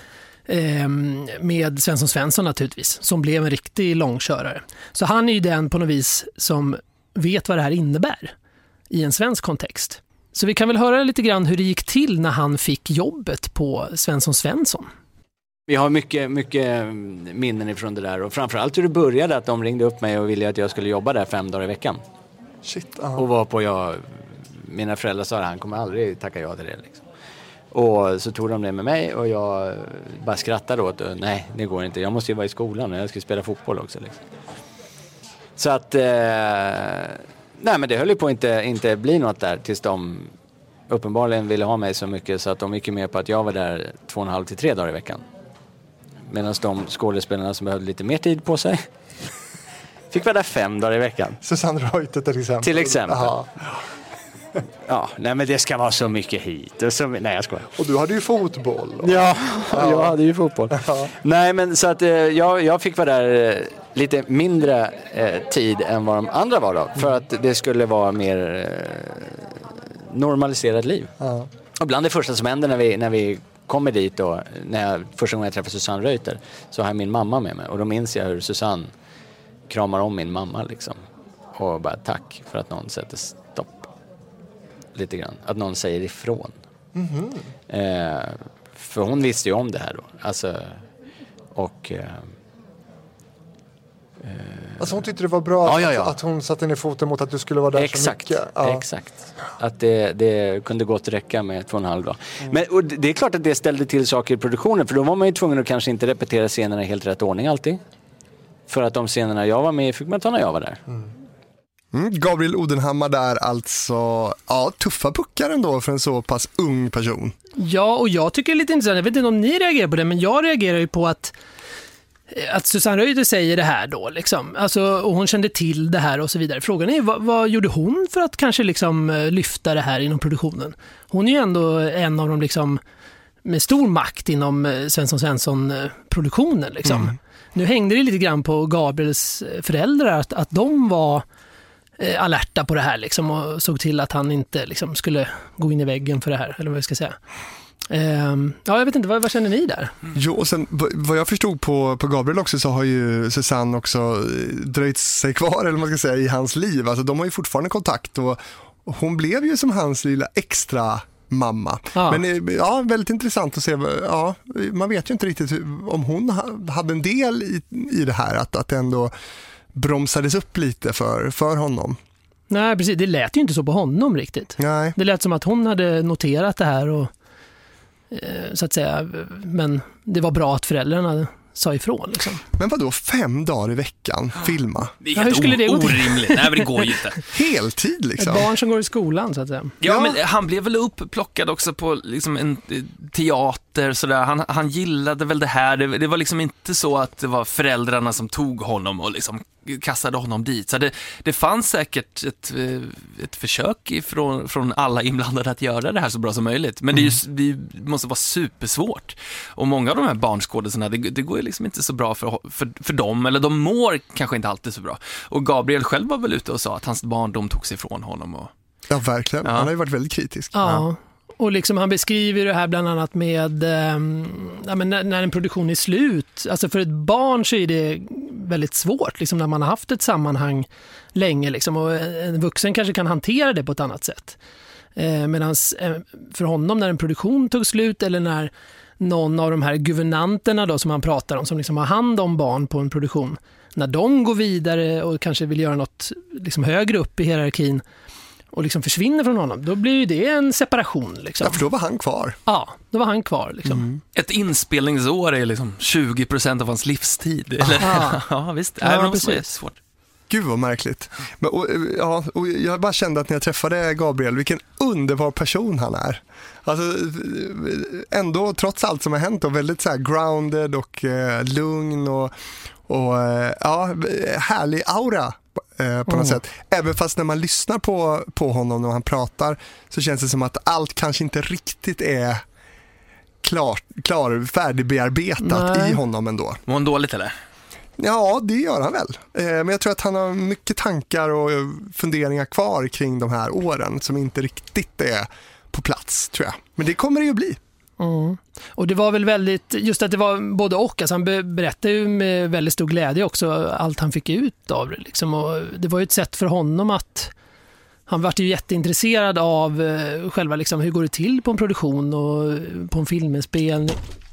med Svensson naturligtvis, som blev en riktig långkörare. Så han är ju den på något vis som vet vad det här innebär i en svensk kontext. Så vi kan väl höra lite grann hur det gick till när han fick jobbet på Svensson. Vi har mycket minnen ifrån det där, och framförallt hur det började, att de ringde upp mig och ville att jag skulle jobba där 5 dagar i veckan. Shit, och var på mina föräldrar sa att han kommer aldrig tacka ja till det liksom. Och så tog de det med mig och jag bara skrattade åt det. Nej, det går inte. Jag måste ju vara i skolan och jag ska spela fotboll också liksom. Så att nej, men det höll ju på inte bli något där tills de uppenbarligen ville ha mig så mycket så att de gick med på att jag var där 2,5 till 3 dagar i veckan. Medan de skådespelarna som behövde lite mer tid på sig fick vara där 5 dagar i veckan. Susanne Reuter till exempel. Aha. Ja, nej men det ska vara så mycket hit. Och så, nej, jag skojar. Och du hade ju fotboll. Ja, jag hade ju fotboll. Ja. Nej, men så att jag fick vara där lite mindre tid än vad de andra var då. För att det skulle vara mer normaliserat liv. Ja. Och bland det första som hände när vi kommer dit då, första gången jag träffade Susanne Reuter, så har jag min mamma med mig. Och då minns jag hur Susanne kramar om min mamma liksom. Och bara tack för att någon sätter stopp. Lite grann. Att någon säger ifrån. Mm-hmm. För hon visste ju om det här då. Alltså, och... alltså hon tyckte det var bra att hon satte ner foten mot att du skulle vara där så mycket. Ja. Exakt. Att det kunde gott räcka med 2,5 dag. Men och det är klart att det ställde till saker i produktionen. För då var man ju tvungen att kanske inte repetera scenerna i helt rätt ordning alltid. För att de scenerna jag var med fick man ta när jag var där. Gabriel Odenhammar där alltså, tuffa puckar ändå för en så pass ung person. Ja, och jag tycker det är lite intressant, jag vet inte om ni reagerar på det, men jag reagerar ju på att Susanne Reuter säger det här då liksom. Alltså, och hon kände till det här och så vidare. Frågan är, vad gjorde hon för att kanske liksom lyfta det här inom produktionen? Hon är ju ändå en av dem liksom med stor makt inom Svensson-produktionen liksom. Nu hängde det lite grann på Gabriels föräldrar att de var alerta på det här liksom, och såg till att han inte liksom skulle gå in i väggen för det här, eller vad jag ska säga. Jag vet inte, vad känner ni där? Jo, och sen vad jag förstod på Gabriel också, så har ju Susanne också dröjt sig kvar, eller man ska säga, i hans liv. Alltså de har ju fortfarande kontakt, och hon blev ju som hans lilla extra mamma. Men väldigt intressant att se. Ja, man vet ju inte riktigt om hon hade en del i det här, att det ändå bromsades upp lite för honom. Nej, precis. Det lät ju inte så på honom riktigt. Nej. Det lät som att hon hade noterat det här och så att säga. Men det var bra att föräldrarna sa ifrån. Liksom. Men vadå, 5 dagar i veckan filma? Det är helt orimligt. Nej, men det går ju inte. Heltid liksom. Ett barn som går i skolan så att säga. Ja, men han blev väl upplockad också på liksom en teater sådär. Han gillade väl det här. Det var liksom inte så att det var föräldrarna som tog honom och liksom kastade honom dit. Så det fanns säkert ett försök från alla inblandade att göra det här så bra som möjligt. Men det måste vara supersvårt. Och många av de här barnskådespelarna, det går ju liksom inte så bra för dem. Eller de mår kanske inte alltid så bra. Och Gabriel själv var väl ute och sa att hans barndom tog sig ifrån honom. Ja, verkligen. Han har ju varit väldigt kritisk. Ja. Och liksom han beskriver det här bland annat med när en produktion är slut. Alltså för ett barn så är det väldigt svårt liksom när man har haft ett sammanhang länge. Liksom, och en vuxen kanske kan hantera det på ett annat sätt. Medan för honom när en produktion tog slut eller när någon av de här guvernanterna då, som han pratar om, som liksom har hand om barn på en produktion, när de går vidare och kanske vill göra något liksom högre upp i hierarkin och liksom försvinner från honom, då blir ju det en separation. Liksom. Ja, för då var han kvar. Ja, då var han kvar. Liksom. Ett inspelningsår är liksom 20% av hans livstid. Eller? Ja, visst. Det är svårt. Gud vad märkligt. Men, och jag bara kände att när jag träffade Gabriel, vilken underbar person han är. Alltså, ändå trots allt som har hänt och väldigt så här grounded och lugn och härlig aura på något sätt. Även fast när man lyssnar på honom när han pratar så känns det som att allt kanske inte riktigt är färdigbearbetat i honom ändå. Mår han dåligt eller? Ja, det gör han väl. Men jag tror att han har mycket tankar och funderingar kvar kring de här åren som inte riktigt är på plats, tror jag. Men det kommer det ju bli. Och det var väl väldigt, just att det var både och, alltså han berättade ju med väldigt stor glädje också allt han fick ut av det liksom. Och det var ju ett sätt för honom att han var ju jätteintresserad av själva liksom, hur går det till på en produktion och på en filminspelning.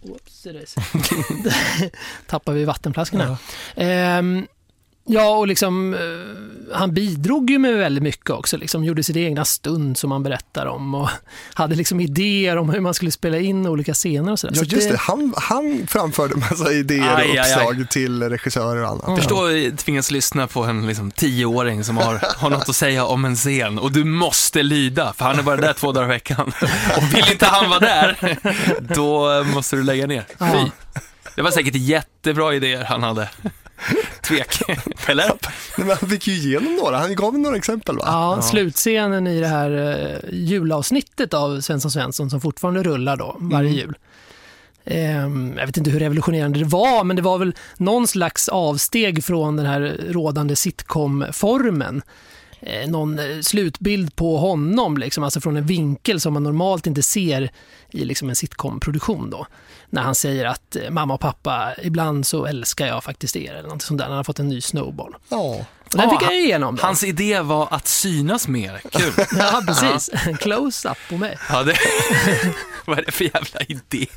Tappar vi vattenflaskorna. Ja, och liksom han bidrog ju med väldigt mycket också, liksom gjorde sin egna stund som man berättar om och hade liksom idéer om hur man skulle spela in olika scener och sådär. Ja, just det. Han framförde massa idéer och uppslag till regissörer och annat. Förstår, tvingas lyssna på en liksom 10-åring som har något att säga om en scen och du måste lyda, för han är bara där 2 dagar i veckan. Och vill inte han vara där, då måste du lägga ner. Fy. Det var säkert jättebra idéer han hade. Tvek, eller? Men han fick ju igenom några, han gav några exempel va? Ja, slutscenen i det här julavsnittet av Svensson som fortfarande rullar då varje jul. Jag vet inte hur revolutionerande det var, men det var väl någon slags avsteg från den här rådande sitcom-formen. Någon slutbild på honom liksom, alltså från en vinkel som man normalt inte ser i liksom en sitcom-produktion då. När han säger att mamma och pappa, ibland så älskar jag faktiskt er eller något sånt där. Han har fått en ny snowball. Den fick jag igenom då. Hans idé var att synas mer. Kul. Ja, precis. En close-up på mig. Ja, vad är det för jävla idé?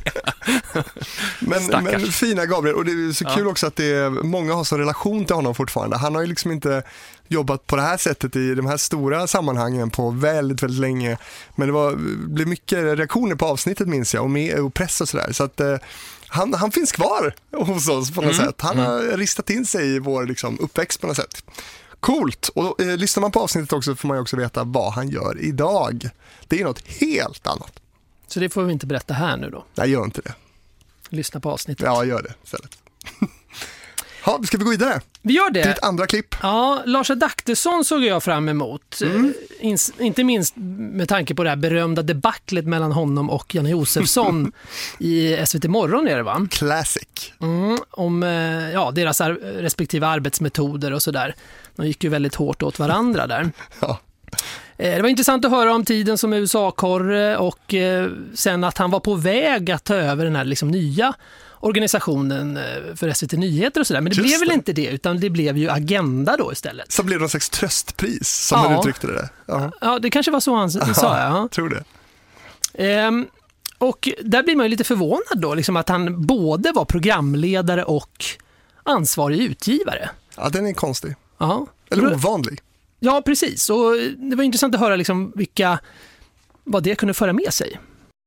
Men fina Gabriel, och det är så kul också att många har så relation till honom fortfarande. Han har ju liksom inte jobbat på det här sättet i de här stora sammanhangen på väldigt, väldigt länge. Men det blev mycket reaktioner på avsnittet minns jag och press och sådär. Så att han finns kvar hos oss på något sätt. Han har ristat in sig i vår liksom, uppväxt på något sätt. Coolt. Och lyssnar man på avsnittet också får man ju också veta vad han gör idag. Det är något helt annat. Så det får vi inte berätta här nu då? Nej, gör inte det. Lyssna på avsnittet. Ja, gör det istället. Ja, ska vi gå vidare? Vi gör det. Till ett andra klipp. Ja, Lars Adaktusson såg jag fram emot. Inte minst med tanke på det här berömda debaclet mellan honom och Janne Josefsson i SVT Morgon är det va? Classic. Om deras respektive arbetsmetoder och sådär. De gick ju väldigt hårt åt varandra där. Ja. Det var intressant att höra om tiden som USA-korre och sen att han var på väg att ta över den här liksom nya organisationen för SVT Nyheter och sådär. Men det blev väl inte det, utan det blev ju Agenda då istället. Så blev det någon slags tröstpris som man uttryckte det. Ja, det kanske var så han sa. Ja, tror det. Och där blir man ju lite förvånad då, liksom att han både var programledare och ansvarig utgivare. Ja, den är konstig. Ja. Eller ovanlig. Ja, precis. Och det var intressant att höra liksom vad det kunde föra med sig.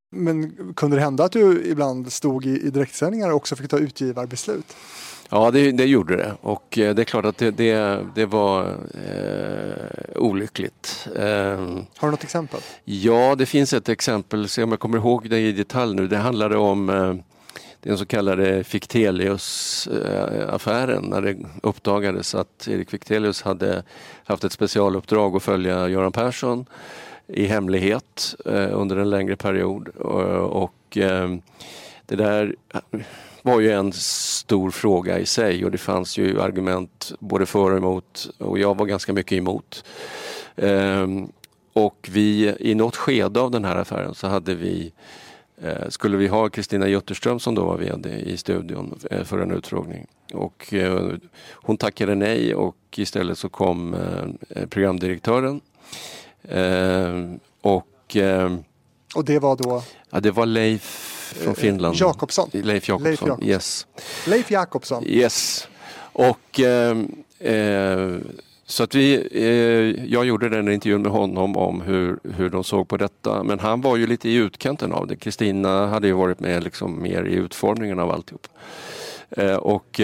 Men kunde det hända att du ibland stod i direktsändningar och också fick ta utgivarbeslut? Ja, det gjorde det. Och det är klart att det var olyckligt. Har du något exempel? Ja, det finns ett exempel. Se om jag kommer ihåg det i detalj nu. Det handlade om den så kallade Fichtelius-affären. När det uppdagades att Erik Fichtelius hade haft ett specialuppdrag att följa Göran Persson i hemlighet under en längre period. Och det där var ju en stor fråga i sig och det fanns ju argument både för och emot och jag var ganska mycket emot. Och vi i något skede av den här affären så hade skulle vi ha Kristina Jutterström som då var vd i studion för en utfrågning. Och hon tackade nej och istället så kom programdirektören. Och det var då? Ja, det var Leif från Finland. Jakobsson. Leif Jakobsson, yes. Leif Jakobsson. Yes. Och så att jag gjorde den intervjun med honom om hur de såg på detta. Men han var ju lite i utkanten av det. Kristina hade ju varit med liksom mer i utformningen av alltihop. Och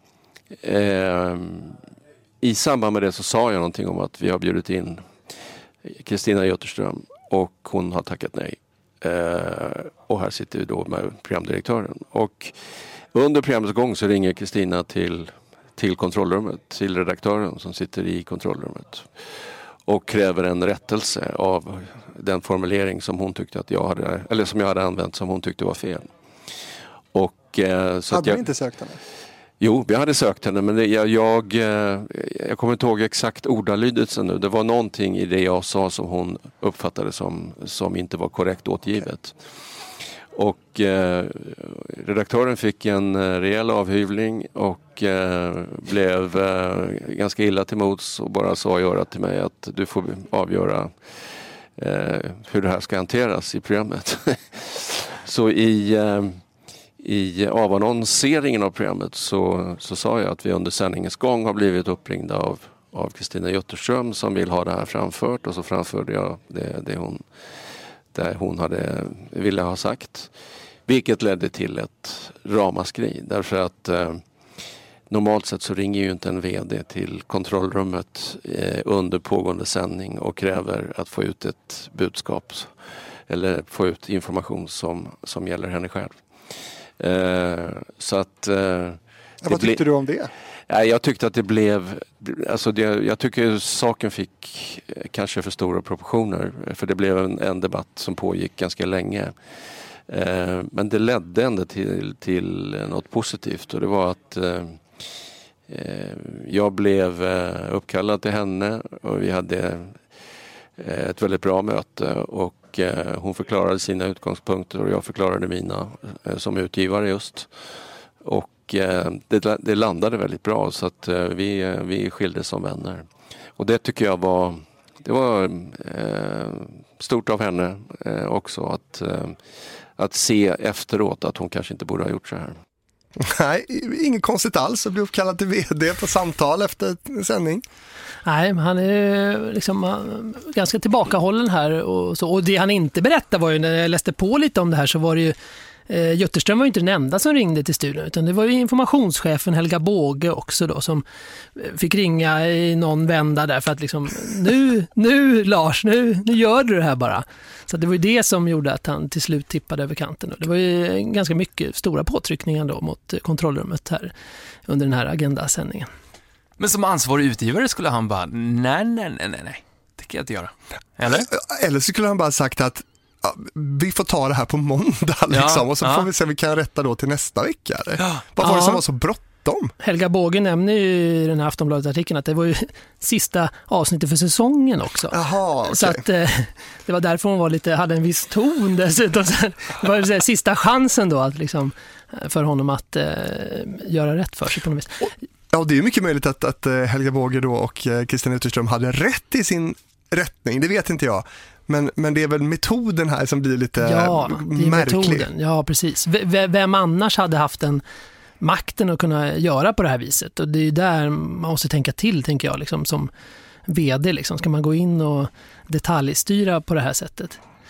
i samband med det så sa jag någonting om att vi har bjudit in Kristina Jutterström och hon har tackat nej. Och här sitter vi då med programdirektören. Och under programmets gång så ringer Kristina till kontrollrummet, till redaktören som sitter i kontrollrummet och kräver en rättelse av den formulering som hon tyckte att som jag hade använt som hon tyckte var fel. Och så hade ni inte sökt henne? Jo, vi hade sökt henne, men jag kommer inte ihåg exakt ordalydelsen nu. Det var någonting i det jag sa som hon uppfattade som inte var korrekt åtgivet. Och redaktören fick en rejäl avhyvling och blev ganska illa till mods och bara sa i örat till mig att du får avgöra hur det här ska hanteras i programmet. Så i avannonseringen av programmet så sa jag att vi under sändningens gång har blivit uppringda av Kristina Jutterström som vill ha det här framfört och så framförde jag det hon ville ha sagt. Vilket ledde till ett ramaskri därför att normalt sett så ringer ju inte en vd till kontrollrummet under pågående sändning och kräver att få ut ett budskap eller få ut information som gäller henne själv. Så att vad tyckte du om det? Jag tyckte att det blev jag tycker saken fick kanske för stora proportioner för det blev en debatt som pågick ganska länge. Men det ledde ändå till något positivt och det var att jag blev uppkallad till henne och vi hade ett väldigt bra möte och hon förklarade sina utgångspunkter och jag förklarade mina som utgivare just. Och det landade väldigt bra så att vi skildes som vänner. Och det tycker jag var stort av henne också att se efteråt att hon kanske inte borde ha gjort så här. Nej, inget konstigt alls att bli uppkallad till vd på samtal efter sändning. Nej, han är liksom ganska tillbakahållen här och så. Och det han inte berättade var ju när jag läste på lite om det här så var det ju Jutterström var ju inte den enda som ringde till studion utan det var ju informationschefen Helga Båge också då som fick ringa i någon vända där för att liksom nu Lars, nu gör du det här bara. Så det var ju det som gjorde att han till slut tippade över kanten då. Det var ju ganska mycket stora påtryckningar då mot kontrollrummet här under den här agendasändningen. Men som ansvarig utgivare skulle han bara nej, det kan jag inte göra. Eller så skulle han bara sagt att vi får ta det här på måndag liksom, och så får vi se om vi kan rätta då till nästa vecka. Vad var det som var så bråttom? Helga Båge nämner ju i den här Aftonbladet-artikeln att det var ju sista avsnittet för säsongen också. Jaha, okay. Så att det var därför hon hade en viss ton dessutom. Det var ju sista chansen då att liksom, för honom att göra rätt för sig på något vis. Ja, det är ju mycket möjligt att Helga Båge då och Kristina Jutterström hade rätt i sin rättning, det vet inte jag. Men det är väl metoden här som blir lite märklig. Metoden. Ja, precis. Vem annars hade haft den makten att kunna göra på det här viset? Och det är ju där man måste tänka till, tänker jag, liksom, som vd. Liksom. Ska man gå in och detaljstyra på det här sättet?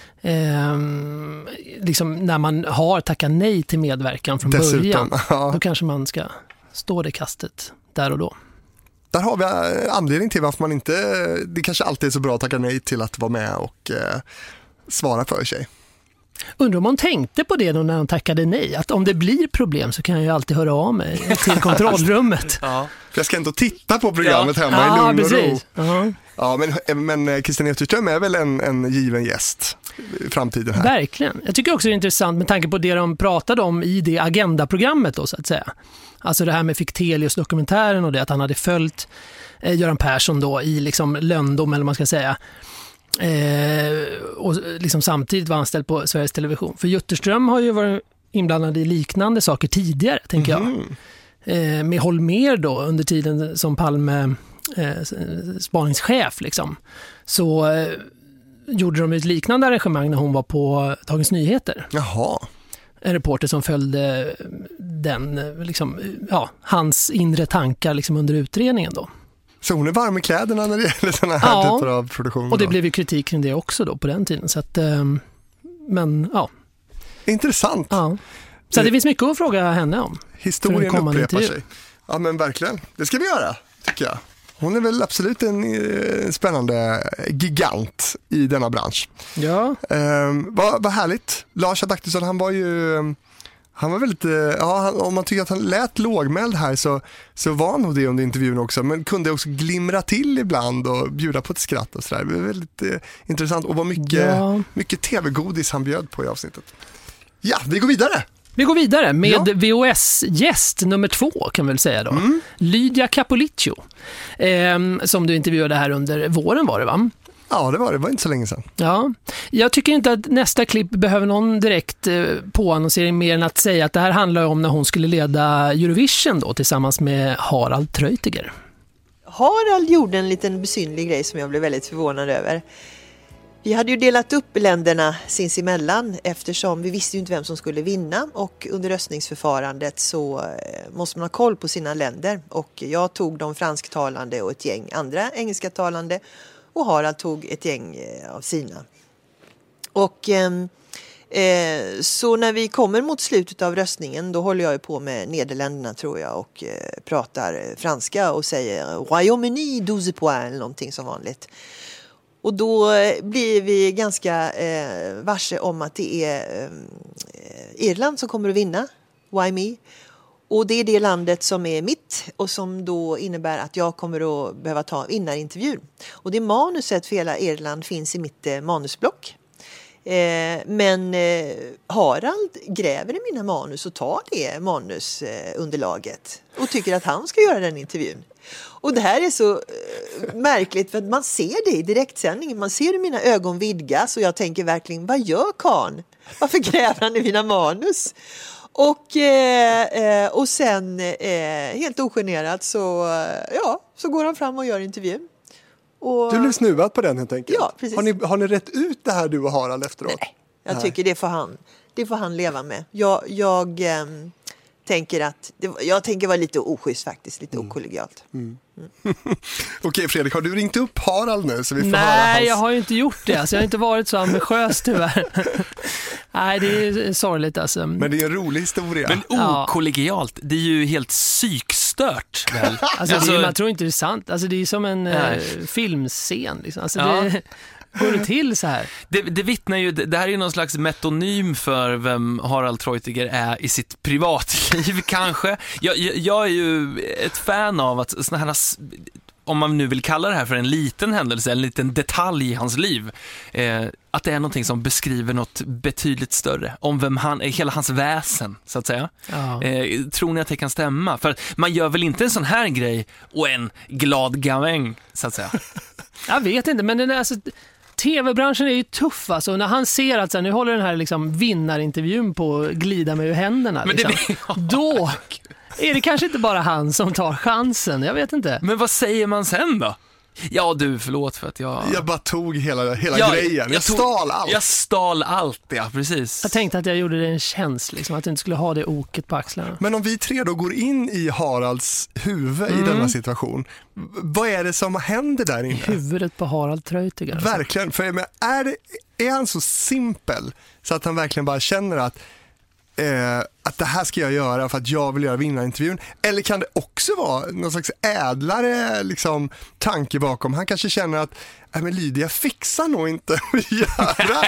liksom när man har tackat nej till medverkan från början, då kanske man ska stå det kastet där och då. Där har vi anledning till varför man inte, det kanske alltid är så bra att tacka nej till att vara med och svara för sig. Undrar om hon tänkte på det då när hon tackade nej, att om det blir problem så kan jag ju alltid höra av mig till kontrollrummet. Ja. Jag ska ändå titta på programmet hemma i lugn och ro. Uh-huh. Ja, men Kristina Jutterström är väl en given gäst i framtiden här. Verkligen. Jag tycker också det är intressant med tanke på det de pratade om i det agendaprogrammet då, så att säga. Alltså det här med Fichtelius-dokumentären och det att han hade följt Göran Persson då i liksom löndom, eller man ska säga. Och liksom samtidigt var anställd på Sveriges Television. För Jutterström har ju varit inblandad i liknande saker tidigare, tänker jag. Med Holmér då, under tiden som Palme spaningschef liksom. Så gjorde de ett liknande arrangemang när hon var på Dagens Nyheter. Jaha. En reporter som följde den, liksom, hans inre tankar liksom under utredningen då. Så hon är varm i kläderna när det gäller sådana här typer av produktion. Och det blev ju kritik kring det också då på den tiden. Så att, men ja. Intressant. Ja. Så det finns mycket att fråga henne om. Historien upprepar sig. Ja, men verkligen. Det ska vi göra, tycker jag. Hon är väl absolut en spännande gigant i denna bransch. Ja. Vad härligt. Lars Adaktusson, han var väldigt, om man tycker att han lät lågmäld här så var han nog det under intervjun också, men kunde också glimra till ibland och bjuda på ett skratt och sådär. Det var väldigt intressant och vad mycket tv-godis han bjöd på i avsnittet. Ja, vi går vidare. Vi går vidare med VHS-gäst nummer 2 kan vi väl säga då. Lydia Capoliccio, som du intervjuade här under våren var det, va? Ja, det var inte så länge sedan. Ja, jag tycker inte att nästa klipp behöver någon direkt påannonsering mer än att säga att det här handlar om när hon skulle leda Eurovision då tillsammans med Harald Treutiger. Harald gjorde en liten besynlig grej som jag blev väldigt förvånad över. Vi hade ju delat upp länderna sinsemellan eftersom vi visste ju inte vem som skulle vinna, och under röstningsförfarandet så måste man ha koll på sina länder, och jag tog de fransktalande och ett gäng andra engelskatalande och Harald tog ett gäng av sina. Och så när vi kommer mot slutet av röstningen, då håller jag ju på med Nederländerna tror jag och pratar franska och säger Royaume-Uni 12 points eller någonting som vanligt. Och då blir vi ganska varse om att det är Irland som kommer att vinna. Why me? Och det är det landet som är mitt och som då innebär att jag kommer att behöva ta vinnarintervjun. Och det manuset för hela Irland finns i mitt manusblock. Men Harald gräver i mina manus och tar det manusunderlaget och tycker att han ska göra den intervjun. Och det här är så märkligt för att man ser det i direktsändningen. Man ser hur mina ögon vidgas och jag tänker verkligen, vad gör Karn? Varför gräver han i mina manus? Och sen helt ogenerat så går han fram och gör intervjun. Och... Du blev snuvad på den helt enkelt. Ja, precis. Har ni rätt ut det här du och Harald efteråt? Nej, jag tycker det får han leva med. Jag tänker att jag tänker vara lite oschysst faktiskt, lite okollegialt. Okej, Fredrik, har du ringt upp Harald nu så vi får höra Nej, hans... jag har ju inte gjort det. Alltså, jag har inte varit så ambitiös tyvärr. Nej, det är sorgligt alltså. Men det är en rolig historia. Men okollegialt, det är ju helt psykstört. Alltså, man tror inte det är sant. Alltså, det är som en filmscen. Liksom. Alltså, det går det till så här. Det vittnar ju, det här är ju någon slags metonym för vem Harald Treutiger är i sitt privatliv kanske. Jag är ju ett fan av att såna här, om man nu vill kalla det här för en liten händelse, en liten detalj i hans liv, att det är någonting som beskriver något betydligt större om vem han är, hela hans väsen så att säga. Ja. Tror ni att det kan stämma? För man gör väl inte en sån här grej och en glad gamäng så att säga. Jag vet inte, men den är alltså... TV-branschen är ju tuff alltså. När han ser att så här, nu håller den här liksom, vinnarintervjun på att glida med ur händerna liksom. Då är det kanske inte bara han som tar chansen. Jag vet inte. Men vad säger man sen då? Ja, du, förlåt för att Jag bara tog hela grejen. Jag stal allt. Jag stal allt, ja, precis. Jag tänkte att jag gjorde det en tjänst, liksom, att du inte skulle ha det oket på axlarna. Men om vi tre då går in i Haralds huvud i denna situation, vad är det som händer där inne? Huvudet på Harald Treutiger. Alltså. Verkligen, för är han så simpel så att han verkligen bara känner att det här ska jag göra för att jag vill göra vinnarintervjun? Eller kan det också vara någon slags ädlare liksom, tanke bakom? Han kanske känner att men Lydia fixar nog inte att göra.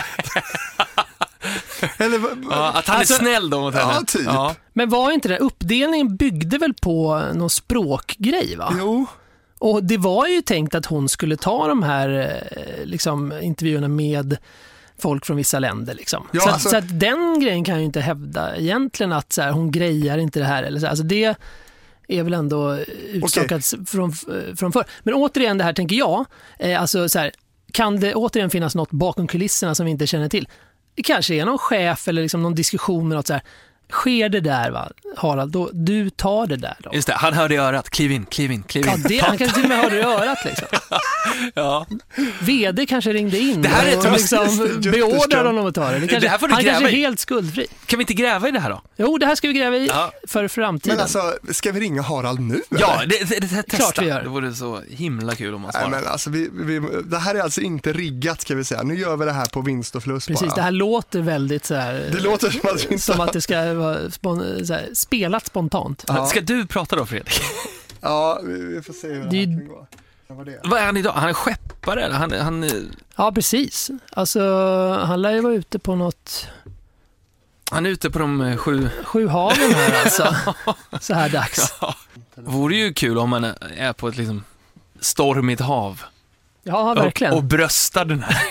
Eller, att han är snäll då mot henne. Ja, typ. Ja. Men var inte det? Uppdelningen byggde väl på någon språkgrej, va? Jo. Och det var ju tänkt att hon skulle ta de här liksom, intervjuerna med folk från vissa länder liksom. Ja, så att den grejen kan ju inte hävda egentligen att så här, hon grejar inte det här eller så. Alltså det är väl ändå utstakat från förr. Men återigen det här tänker jag, alltså så här, kan det återigen finnas något bakom kulisserna som vi inte känner till? Det kanske är någon chef eller liksom någon diskussion med något så här. Sker det där, va, Harald, då, du tar det där då. Just det, han hörde i örat, kliv in. Ja, han kanske till och med hörde i örat liksom. Ja. VD kanske ringde in det här är och liksom beordrade honom att ta det. Kanske, det han kanske är helt skuldfri. Kan vi inte gräva i det här då? Jo, det här ska vi gräva i för framtiden. Men alltså, ska vi ringa Harald nu? Ja, det testa. Klart vi gör. Det vore så himla kul om man svarar. Nej, men alltså, det här är alltså inte riggat, ska vi säga. Nu gör vi det här på vinst och förlust. Precis, bara. Det här låter väldigt så här, det låter som att det ska vara så här, spelat spontant. Ja. Ska du prata då, Fredrik? Ja, vi får se hur det kan gå. Vad är han idag? Han är skeppare eller? Han... Ja, precis. Alltså, han lär ju vara ute på något... Han är ute på de 7 haven här alltså. Så här dags. Ja. Vore ju kul om man är på ett liksom stormigt hav. Ja, verkligen. Och bröstar den här.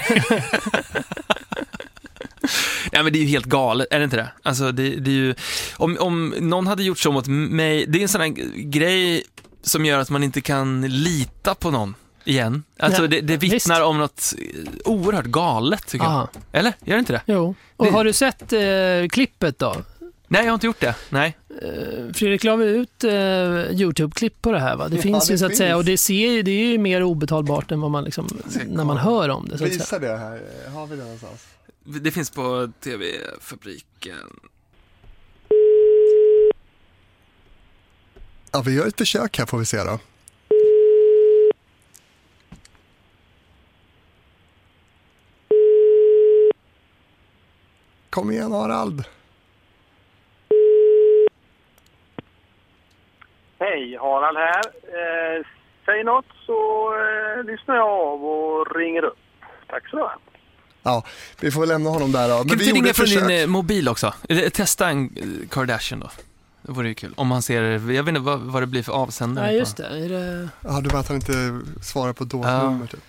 Nej, men det är ju helt galet, är det inte det? Alltså det är ju om någon hade gjort så mot mig, det är en sån här grej som gör att man inte kan lita på någon igen. Alltså det vittnar om något oerhört galet, tycker jag. Eller? Gör det inte det? Jo. Och har du sett klippet då? Nej, jag har inte gjort det. Nej. Fredrik la ut YouTube-klipp på det här, va? Det finns ju så att säga, och det är ju mer obetalbart än vad man liksom, när man hör om det. Så visa det här, har vi det någonstans? Det finns på TV-fabriken. Ja, vi gör ett försök här, får vi se då. Kom igen, Harald. Hej, Harald här. Säg något så lyssnar jag av och ringer upp. Tack så mycket. Ja, vi får väl lämna honom där då. Men kan vi du gjorde ringa från försök. din mobil också? Eller testa en Kardashian då. Det vore ju kul. Om man ser, jag vet inte vad det blir för avsändare. Nej, just det. Är det... Ja, du vet att han inte svarar på dåtnummer typ.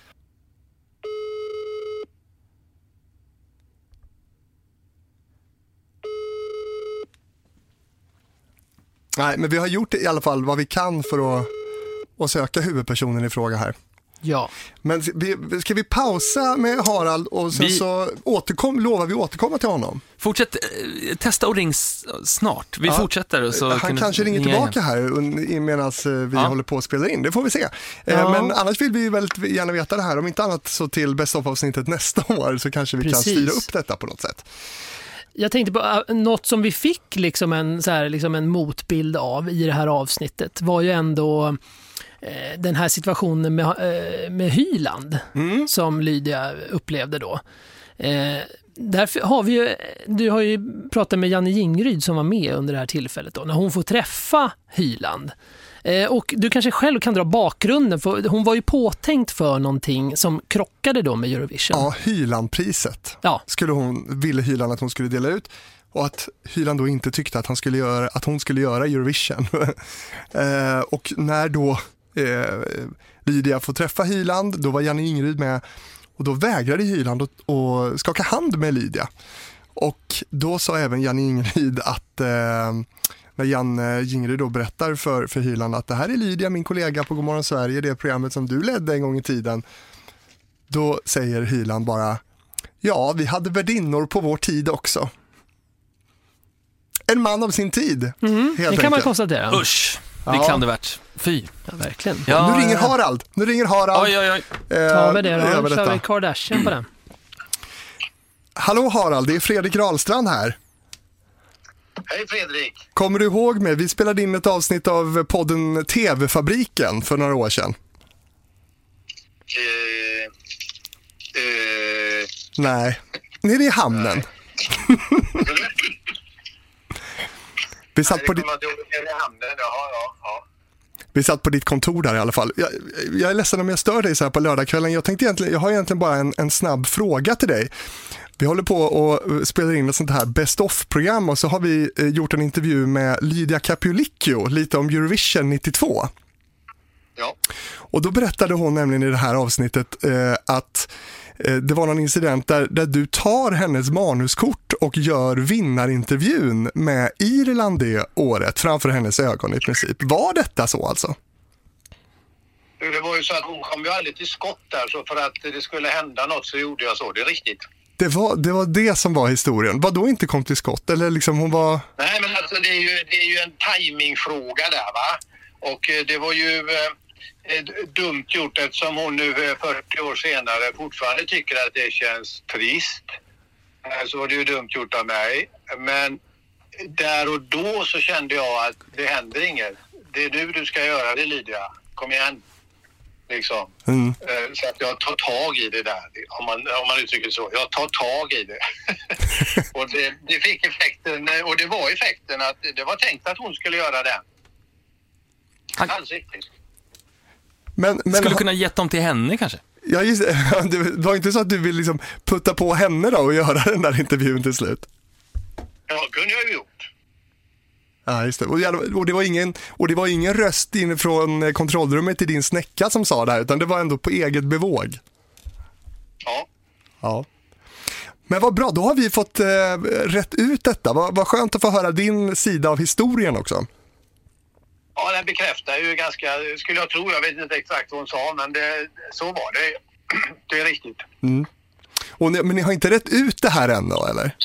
Nej, men vi har gjort det i alla fall vad vi kan för att söka huvudpersonen i fråga här. Ja. Men ska vi pausa med Harald och sen så lovar vi återkomma till honom? Fortsätt, testa och ring snart. Vi fortsätter. Och så han kanske ringer tillbaka här medan vi håller på att spela in. Det får vi se. Men annars vill vi väldigt gärna veta det här. Om inte annat så till Best of-avsnittet nästa år så kanske vi kan styra upp detta på något sätt. Jag tänkte på något som vi fick liksom en motbild av i det här avsnittet var ju ändå den här situationen med Hyland som Lydia upplevde då. Därför har du har ju pratat med Janne Jingryd som var med under det här tillfället då, när hon får träffa Hyland. Och du kanske själv kan dra bakgrunden, för hon var ju påtänkt för någonting som krockade då med Eurovision. Ja, Hylandpriset ville Hyland att hon skulle dela ut, och att Hyland då inte tyckte att hon skulle göra Eurovision. Och när då Lydia får träffa Hyland, då var Janne Jingryd med, och då vägrade Hyland att skaka hand med Lydia. Och då sa även Janne Jingryd att när Janne Jingryd då berättar för Hyland att det här är Lydia, min kollega på Godmorgon Sverige, det programmet som du ledde en gång i tiden. Då säger Hyland bara, ja, vi hade värdinnor på vår tid också. En man av sin tid, helt det kan man konstatera. Usch. Det är klandervärt. Fy. Ja, verkligen. Ja, nu ringer Harald. Oj. Tar vi det då? Kör vi Kardashian på den. Hallå Harald, det är Fredrik Rahlstrand här. Hej Fredrik. Kommer du ihåg mig? Vi spelade in ett avsnitt av podden TV-fabriken för några år sedan. Nej, nere i hamnen. Vi satt på ditt... Vi satt på ditt kontor där i alla fall. Jag är ledsen om jag stör dig så här på lördagskvällen. Jag har egentligen bara en snabb fråga till dig. Vi håller på och spelar in ett sånt här best of-program och så har vi gjort en intervju med Lydia Capulicchio lite om Eurovision 92. Ja. Och då berättade hon nämligen i det här avsnittet att det var någon incident där du tar hennes manuskort och gör vinnarintervjun med Irland det året framför hennes ögon i princip. Var detta så alltså? Det var ju så att hon kom ju aldrig till skott där, så för att det skulle hända något så gjorde jag så, det är riktigt. Det var det som var historien. Vad då inte kom till skott? Eller liksom hon var... Nej, men alltså det är ju en timingfråga där, va? Och det var ju dumt gjort eftersom hon nu 40 år senare fortfarande tycker att det känns trist. Så var det ju dumt gjort av mig. Men där och då så kände jag att det händer inget. Det är nu du ska göra det, Lydia. Kom igen. Liksom. Så att jag tar tag i det där, om man uttrycker så. Jag tar tag i det. Och det fick effekten, och det var effekten att det var tänkt att hon skulle göra det. Alldeles riktigt. Men skulle kunna gett dem till henne kanske? Ja, just, det var inte så att du vill liksom putta på henne då och göra den där intervjun till slut? Ja, kunde jag ju gjort. Ja, just det. Och det var ingen röst inifrån kontrollrummet i din snäcka som sa det här, utan det var ändå på eget bevåg. Ja. Men vad bra, då har vi fått rätt ut detta. Vad skönt att få höra din sida av historien också. Ja, det bekräftar ju ganska, skulle jag tro, jag vet inte exakt vad hon sa, men så var det. Det är riktigt. Men ni har inte rätt ut det här än då, eller?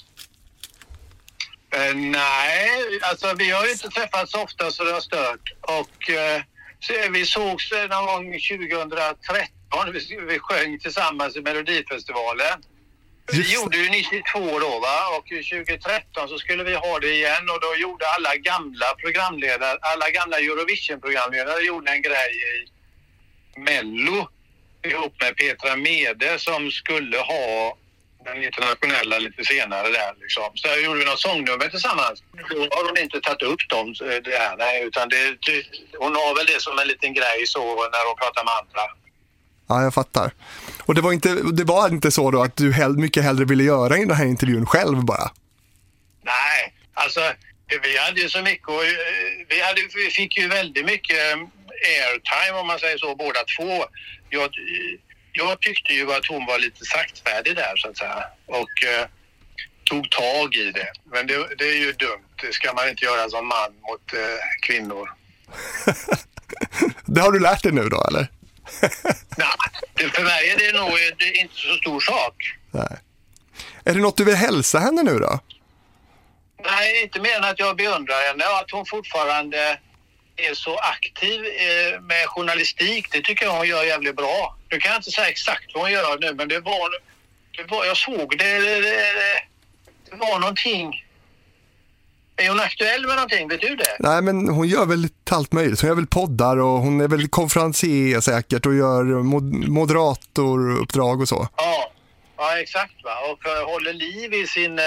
Nej, alltså vi har ju inte träffats så ofta så det har stört. Och vi sågs någon gång 2013, vi sjöng tillsammans i Melodifestivalen. Vi gjorde ju 92 då, va? Och 2013 så skulle vi ha det igen och då gjorde alla gamla Eurovision-programledare gjorde en grej i Mello ihop med Petra Mede som skulle ha den internationella lite senare där liksom. Så gjorde vi något sångnummer tillsammans. Då har de inte tagit upp dem där, nej, utan hon har väl det som en liten grej så när de pratar med andra. Ja, jag fattar. Och det var inte så då att du mycket hellre ville göra i den här intervjun själv bara? Nej, alltså vi hade ju så mycket och vi fick ju väldigt mycket airtime om man säger så, båda två. Jag tyckte ju att hon var lite saktfärdig där så att säga och tog tag i det. Men det är ju dumt, det ska man inte göra som man mot kvinnor. Det har du lärt dig nu då, eller? Nej, för mig är det nog inte så stor sak. Nej. Är det något du vill hälsa henne nu då? Nej, inte mer än att jag beundrar henne och att hon fortfarande är så aktiv med journalistik. Det tycker jag hon gör jävligt bra. Nu kan jag inte säga exakt vad hon gör nu, men det var jag såg det var någonting. Är hon aktuell med någonting? Vet du det? Nej, men hon gör väl allt möjligt. Hon gör väl poddar och hon är väl konferencier säkert och gör moderatoruppdrag och så. Ja, exakt va. Och håller liv i sin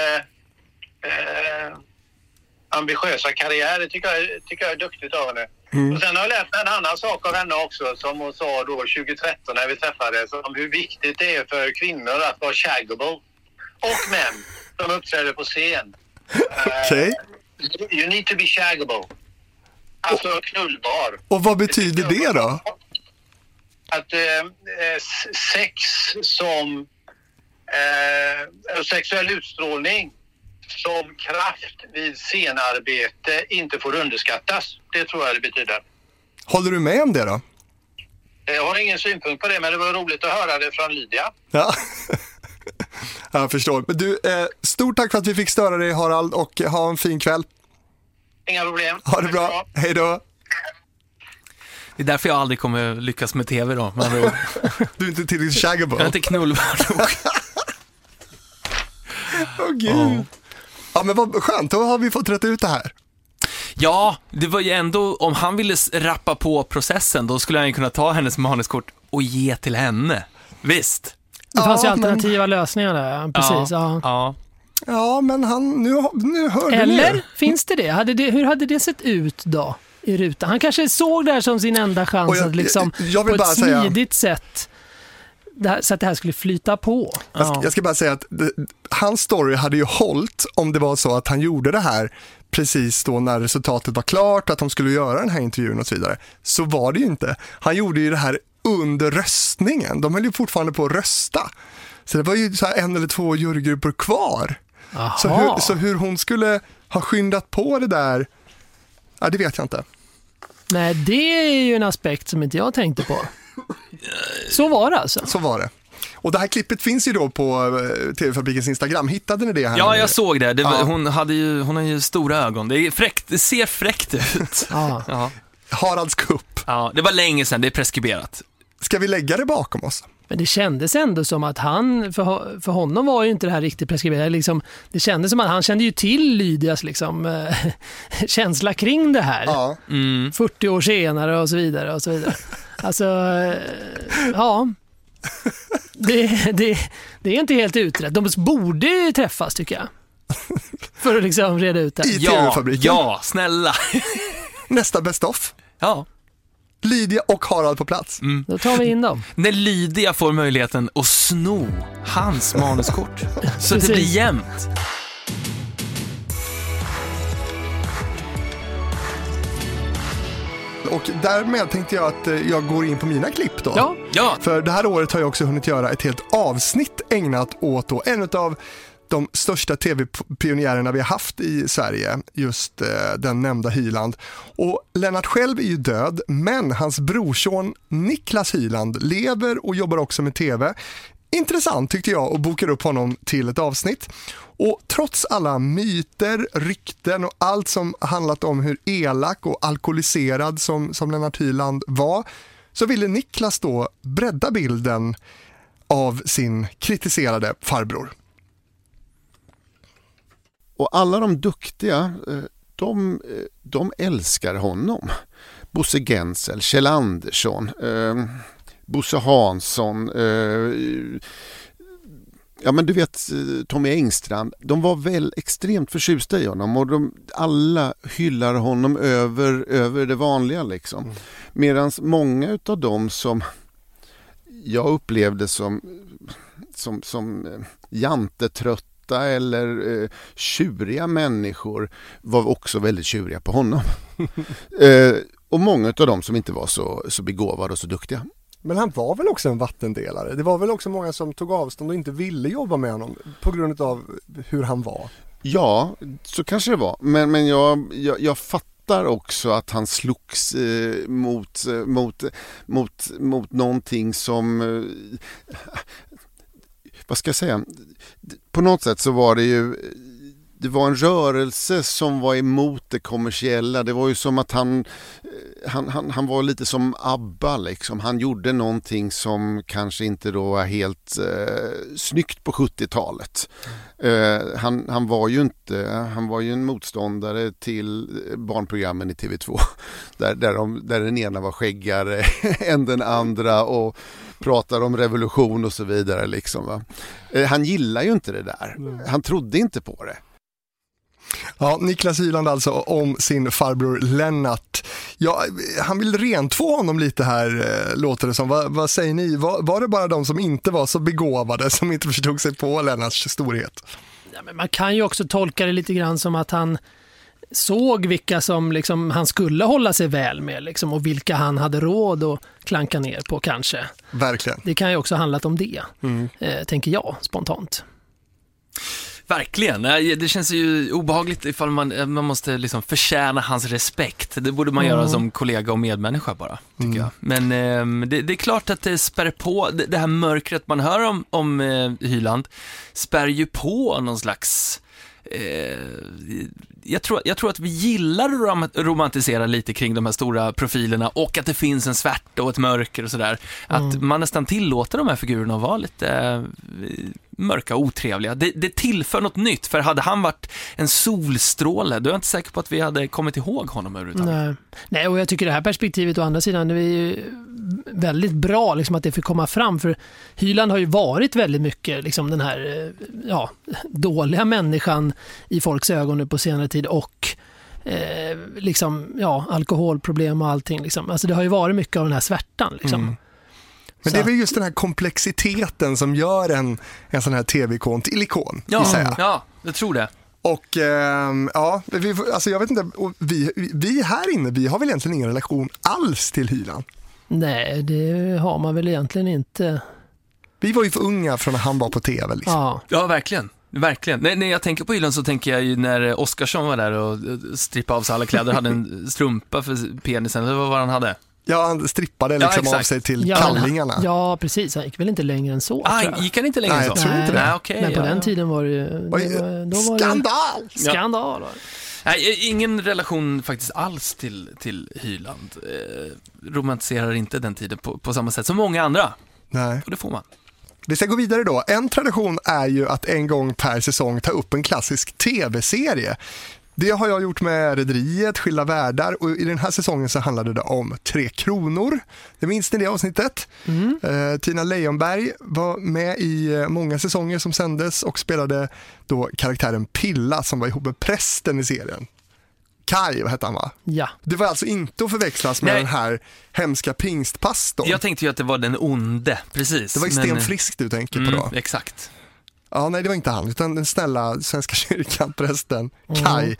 ambitiösa karriär. Det tycker jag är duktigt av henne. Och sen har jag lärt mig en annan sak av henne också som hon sa då 2013 när vi träffades om hur viktigt det är för kvinnor att vara shaggable och män som uppträder på scen. Okej. You need to be shaggable. Alltså knullbar. Och vad betyder det då? Att sex som sexuell utstrålning som kraft vid scenarbete inte får underskattas. Det tror jag det betyder. Håller du med om det då? Jag har ingen synpunkt på det, men det var roligt att höra det från Lydia. Ja, jag förstår. Men du, stort tack för att vi fick störa dig, Harald, och ha en fin kväll. Inga problem. Ha det bra. Hej då. Det är därför jag aldrig kommer lyckas med tv då. Du är inte tillräckligt shaggable. Jag är inte knullbar nog. Gud. Ja, men vad skönt, då har vi fått rätt ut det här. Ja, det var ju ändå, om han ville rappa på processen, då skulle han ju kunna ta hennes manuskort och ge till henne. Visst. Det fanns ju alternativa lösningar där, precis. Ja, men han, nu hörde Eller ni. finns det det? Hur hade det sett ut då i rutan? Han kanske såg det här som sin enda chans att liksom jag vill på bara ett säga, smidigt sätt så att det här skulle flyta på. Jag ska bara säga att hans story hade ju hållit om det var så att han gjorde det här precis då när resultatet var klart, att de skulle göra den här intervjun och så vidare. Så var det ju inte. Han gjorde ju det här under röstningen. De höll ju fortfarande på att rösta. Så det var ju så här 1 eller 2 jurygrupper kvar. Så hur hon skulle ha skyndat på det där, det vet jag inte. Nej, det är ju en aspekt som inte jag tänkte på. Så var det alltså. Så var det. Och det här klippet finns ju då på TV-fabrikens Instagram. Hittade ni det här? Ja, jag såg det. Hon har ju stora ögon. Det är fräckt. Det ser fräckt ut. Ja. Haralds kupp. Ja, det var länge sedan. Det är preskriberat. Ska vi lägga det bakom oss? Men det kändes ändå som att han, för honom var ju inte det här riktigt preskriberat. Liksom, det kändes som att han kände ju till Lydias liksom, känsla kring det här. 40 år senare och så vidare och så vidare. Alltså, ja. Det är inte helt utrett. De borde ju träffas, tycker jag. För att liksom reda ut det. I TV-fabriken? Ja, snälla. Nästa best of. Ja. Lydia och Harald på plats. Då tar vi in dem. När Lydia får möjligheten att sno hans manuskort. Så det blir jämnt. Och därmed tänkte jag att jag går in på mina klipp då. Ja. För det här året har jag också hunnit göra ett helt avsnitt ägnat åt då en av de största tv-pionjärerna vi har haft i Sverige, just den nämnda Hyland. Och Lennart själv är ju död, men hans brorson Niklas Hyland lever och jobbar också med tv. Intressant tyckte jag, och bokar upp honom till ett avsnitt. Och trots alla myter, rykten och allt som handlat om hur elak och alkoholiserad som Lennart Hyland var, så ville Niklas då bredda bilden av sin kritiserade farbror. Och alla de duktiga, de älskar honom. Bosse Gensel, Kjell Andersson, Bosse Hansson, ja men du vet Tommy Engstrand, de var väl extremt förtjusta i honom och alla hyllar honom över det vanliga liksom. Medan många utav dem som jag upplevde som jantetrött eller tjuriga människor var också väldigt tjuriga på honom. Och många av dem som inte var så begåvade och så duktiga. Men han var väl också en vattendelare? Det var väl också många som tog avstånd och inte ville jobba med honom på grund av hur han var? Ja, så kanske det var. Men jag fattar också att han slogs mot någonting som... vad ska jag säga? På något sätt så var det ju... Det var en rörelse som var emot det kommersiella. Det var ju som att han var lite som ABBA liksom. Han gjorde någonting som kanske inte då var helt snyggt på 70-talet. Han var ju en motståndare till barnprogrammen i TV2 där den ena var skäggare än den andra och pratar om revolution och så vidare liksom, va? Han gillar ju inte det där. Han trodde inte på det. Ja, Niklas Hyland alltså om sin farbror Lennart. Ja, han vill rentvå honom lite här, låter det som. Vad säger ni? Var det bara de som inte var så begåvade som inte förstod sig på Lennarts storhet? Ja, men man kan ju också tolka det lite grann som att han såg vilka som liksom han skulle hålla sig väl med liksom, och vilka han hade råd att klanka ner på kanske. Verkligen. Det kan ju också handlat om det, tänker jag spontant. Verkligen. Det känns ju obehagligt ifall man måste liksom förtjäna hans respekt. Det borde man göra som kollega och medmänniska bara, tycker jag. Men det är klart att det spär på det här mörkret man hör om Hyland spär ju på någon slags jag tror att vi gillar att romantisera lite kring de här stora profilerna och att det finns en svärta och ett mörker och sådär. Att man nästan tillåter de här figurerna att vara lite mörka och otrevliga. Det tillför något nytt, för hade han varit en solstråle, då är jag inte säker på att vi hade kommit ihåg honom överhuvudtaget. Nej, och jag tycker det här perspektivet å andra sidan det är ju väldigt bra liksom, att det får komma fram, för Hyland har ju varit väldigt mycket liksom, den här dåliga människan i folks ögon nu på senare tid och alkoholproblem och allting liksom. Alltså det har ju varit mycket av den här svärtan liksom. Men det är väl just den här komplexiteten som gör en sån här tv-ikon till ikon. Ja, jag tror det. Och jag vet inte, vi här inne, vi har väl egentligen ingen relation alls till Hyland. Nej, det har man väl egentligen inte. Vi var ju för unga från när han var på tv liksom. Ja, verkligen. När jag tänker på Hyland så tänker jag ju när Oskarsson var där och strippade av sig alla kläder, hade en strumpa för penisen, eller vad var han hade? Ja, han strippade liksom av sig till kallingarna. Ja, precis. Han gick väl inte längre än så. Gick han inte längre än så? Nej, jag tror inte det. Nej, okay, men på den tiden var det skandal! Skandal. Nej, ingen relation faktiskt alls till Hyland. Romantiserar inte den tiden på samma sätt som många andra. Nej. Och det får man. Vi ska gå vidare då. En tradition är ju att en gång per säsong ta upp en klassisk tv-serie. Det har jag gjort med Rederiet, Skilda världar, och i den här säsongen så handlade det om 3 kronor. Det minns ni det avsnittet? Tina Lejonberg var med i många säsonger som sändes och spelade då karaktären Pilla som var ihop med prästen i serien. Kai, vad hette han va? Ja. Det var alltså inte att förväxlas med den här hemska pingstpastorn. Jag tänkte ju att det var den onde, precis. Det var ju Sten Frisk du tänker på då. Exakt. Ja, nej det var inte han utan den snälla Svenska kyrkan, prästen Kai.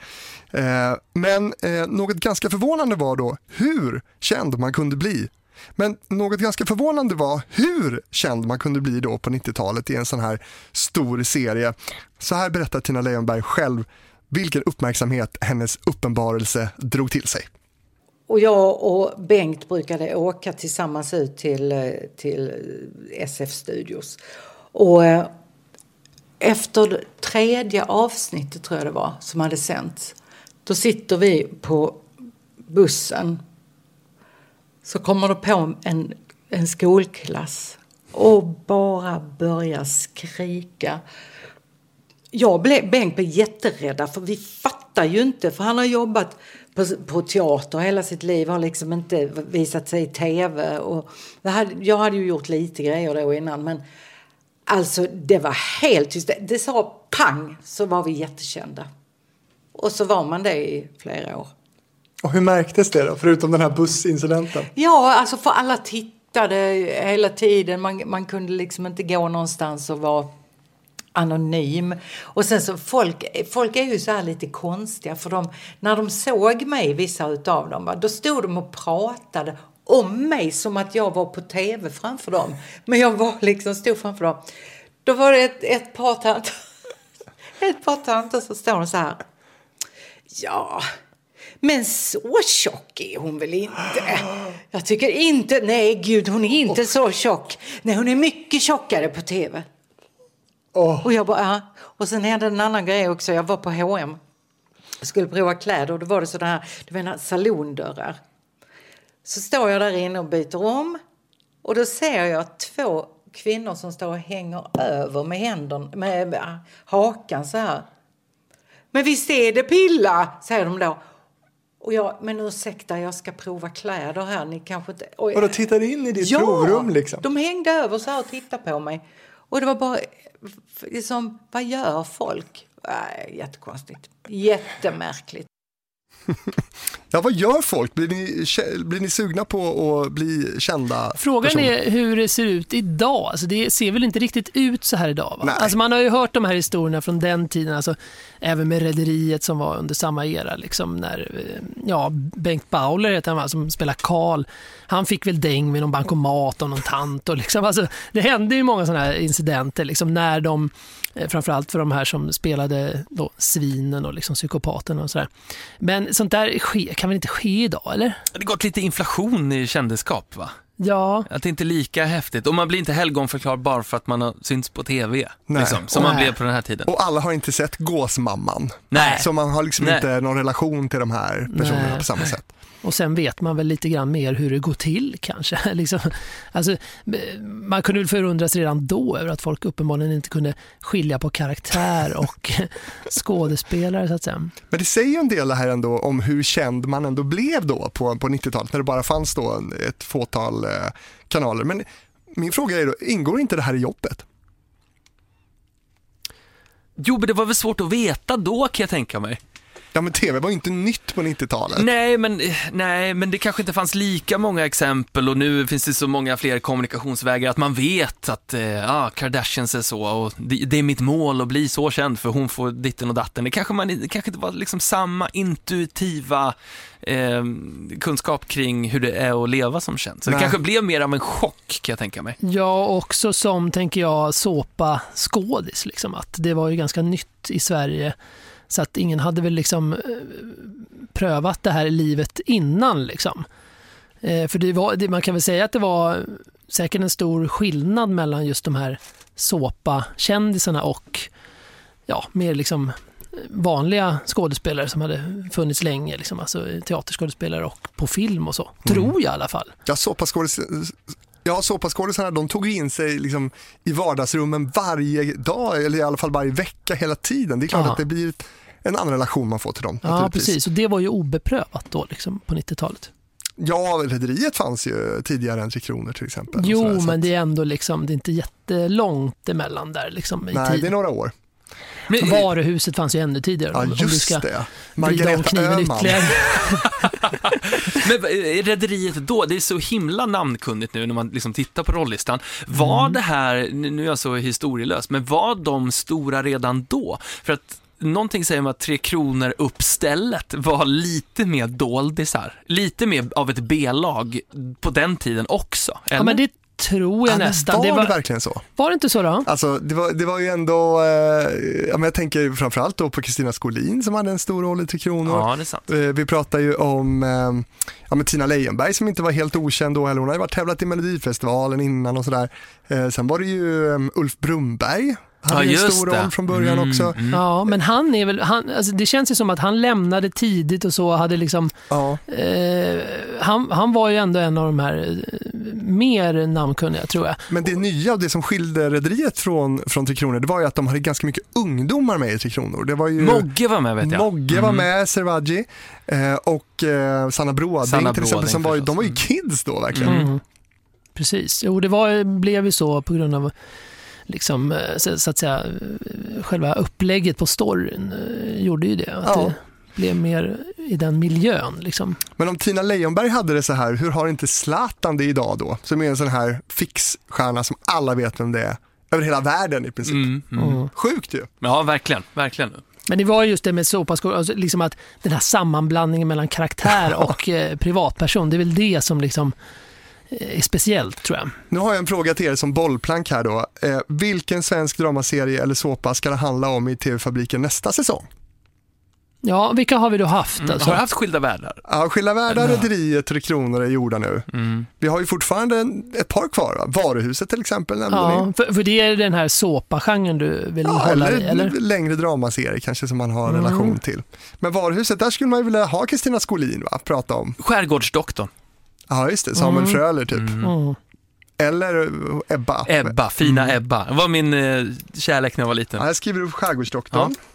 Men något ganska förvånande var då hur känd man kunde bli. Men något ganska förvånande var hur känd man kunde bli då på 90-talet i en sån här stor serie. Så här berättar Tina Lejonberg själv vilken uppmärksamhet hennes uppenbarelse drog till sig. Och jag och Bengt brukade åka tillsammans ut till SF Studios. Och efter 3:e avsnittet tror jag det var som hade sänts. Då sitter vi på bussen. Så kommer det på en skolklass och bara börjar skrika. Bengt blev jätterädda för vi fattar ju inte. För han har jobbat på teater hela sitt liv. Har liksom inte visat sig i tv. Och jag hade ju gjort lite grejer då innan. Men alltså det var helt tyst. Det sa pang så var vi jättekända. Och så var man det i flera år. Och hur märktes det då, förutom den här bussincidenten? Ja, alltså för alla tittade hela tiden. Man kunde liksom inte gå någonstans och vara anonym. Och sen så folk är ju så här lite konstiga. För när de såg mig, vissa utav dem, då stod de och pratade om mig som att jag var på tv framför dem. Men jag var liksom stod framför dem. Då var det ett par tanter så står de så här. Ja, men så tjock är hon väl inte? Jag tycker inte, nej gud hon är inte så tjock. Nej hon är mycket tjockare på tv. Och jag bara, ja. Och sen hände en annan grej också. Jag var på H&M. Jag skulle prova kläder och då var det sådana här salondörrar. Så står jag där inne och byter om. Och då ser jag 2 kvinnor som står och hänger över med händerna, med hakan så här. Men visst är det Pilla, säger de då. Och men ursäkta, jag ska prova kläder här. Ni kanske inte... Och då tittade in i ditt provrum liksom? De hängde över så här och tittade på mig. Och det var bara liksom, vad gör folk? Jättekonstigt. Jättemärkligt. Ja, vad gör folk? Blir ni sugna på att bli kända? Frågan personer? är hur det ser ut idag. Alltså det ser väl inte riktigt ut så här idag, va? Alltså man har ju hört de här historierna från den tiden, alltså även med Rederiet som var under samma era liksom när Bengt Bauler heter han, som spelar Karl. Han fick väl däng med någon bankomat och någon tant och liksom, alltså det hände ju många sådana här incidenter liksom när de, framförallt för de här som spelade då svinen och liksom psykopaterna och sådär. Men sånt där kan väl inte ske idag, eller? Det har gått lite inflation i kändisskap, va? Ja. Att det inte är lika häftigt. Och man blir inte helgonförklarad bara för att man har synts på tv. Liksom, som man blev på den här tiden. Och alla har inte sett Gåsmamman. Nej. Så man har liksom inte någon relation till de här personerna på samma sätt. Och sen vet man väl lite grann mer hur det går till kanske. Liksom. Alltså, man kunde väl förundras redan då över att folk uppenbarligen inte kunde skilja på karaktär och skådespelare så att säga. Men det säger ju en del här ändå om hur känd man ändå blev då på 90-talet när det bara fanns då ett fåtal kanaler. Men min fråga är då, ingår inte det här i jobbet? Jo, men det var väl svårt att veta då kan jag tänka mig. Ja, men tv var ju inte nytt på 90-talet. Nej, men det kanske inte fanns lika många exempel och nu finns det så många fler kommunikationsvägar att man vet att Kardashians är så och det är mitt mål att bli så känd för hon får ditten och datten. Det kanske inte var liksom samma intuitiva kunskap kring hur det är att leva som känd. Så det kanske blev mer av en chock kan jag tänka mig. Ja, också som tänker jag såpa skådis liksom, att det var ju ganska nytt i Sverige. Så att ingen hade väl liksom prövat det här i livet innan liksom. För man kan väl säga att det var säkert en stor skillnad mellan just de här såpa-kändisarna och mer liksom vanliga skådespelare som hade funnits länge, liksom, alltså teaterskådespelare och på film och så. Tror jag i alla fall. Ja, såpaskådisarna, de tog in sig liksom i vardagsrummen varje dag eller i alla fall varje vecka hela tiden. Det är klart att det blir en annan relation man får till dem. Ja, precis. Och det var ju obeprövat då liksom, på 90-talet. Ja, Rederiet fanns ju tidigare än 3 kronor till exempel. Jo, men det är ändå liksom, det är inte jättelångt emellan där liksom, i Nej, tid. det är några år. Men Varuhuset fanns ju ännu tidigare. Ja, just om du ska det. Margareta Öhman. Men Rederiet då, det är så himla namnkunnigt nu när man liksom tittar på rollistan. Var det här, nu är jag så historielös, men var de stora redan då? För att någonting säger om att 3 kronor uppstället var lite mer doldisar. Lite mer av ett B-lag på den tiden också. Eller? Ja, men det tror jag nästan. Var det verkligen så? Var det inte så då? Alltså, det var ju ändå... jag tänker framförallt då på Kristina Skolin som hade en stor roll i 3 kronor. Ja, det är sant. Vi pratar ju om Tina Leijonberg som inte var helt okänd då. Eller hon har ju varit tävlat i Melodifestivalen innan och sådär. Sen var det ju Ulf Brumberg. Han hade en stor roll från början också. Ja, men han är väl... alltså det känns ju som att han lämnade tidigt och så hade liksom... Ja. Han var ju ändå en av de här mer namnkunniga, tror jag. Men det nya och det som skilde Rederiet från 3 kronor, det var ju att de hade ganska mycket ungdomar med i 3 kronor. Det var ju... Mogge var med, vet jag. Mogge var med, Servaggi och Sanna Bråding till exempel, som de var ju kids då verkligen. Precis. Jo, blev ju så på grund av liksom, så att säga, själva upplägget på storyn gjorde ju det. Att det blev mer i den miljön. Liksom. Men om Tina Leijonberg hade det så här, hur har inte Zlatan det idag då? Som är en sån här fixstjärna som alla vet vem det är. Över hela världen i princip. Sjukt ju. Ja, verkligen. Men det var just det med såpaskål, alltså liksom att den här sammanblandningen mellan karaktär och privatperson, det är väl det som liksom är speciellt, tror jag. Nu har jag en fråga till er som bollplank här då. Vilken svensk dramaserie eller såpa ska det handla om i TV-fabriken nästa säsong? Ja, vilka har vi då haft? Alltså? Har du haft Skilda världar? Ja, Skilda världar, Rederiet, 3 kronor är gjorda nu. Vi har ju fortfarande ett par kvar, va? Varuhuset till exempel. Ja, för det är den här såpa-genren du vill hålla i, eller? Längre dramaserie kanske som man har relation till. Men Varuhuset, där skulle man ju vilja ha Kristina Skolin, va? Prata om. Skärgårdsdoktorn. Ja, just det. Samuel Fröler typ. Eller Ebba. Fina Ebba. Det var min kärlek när jag var liten. Ja, jag skriver upp Skärgårdsdoktorn. Ja.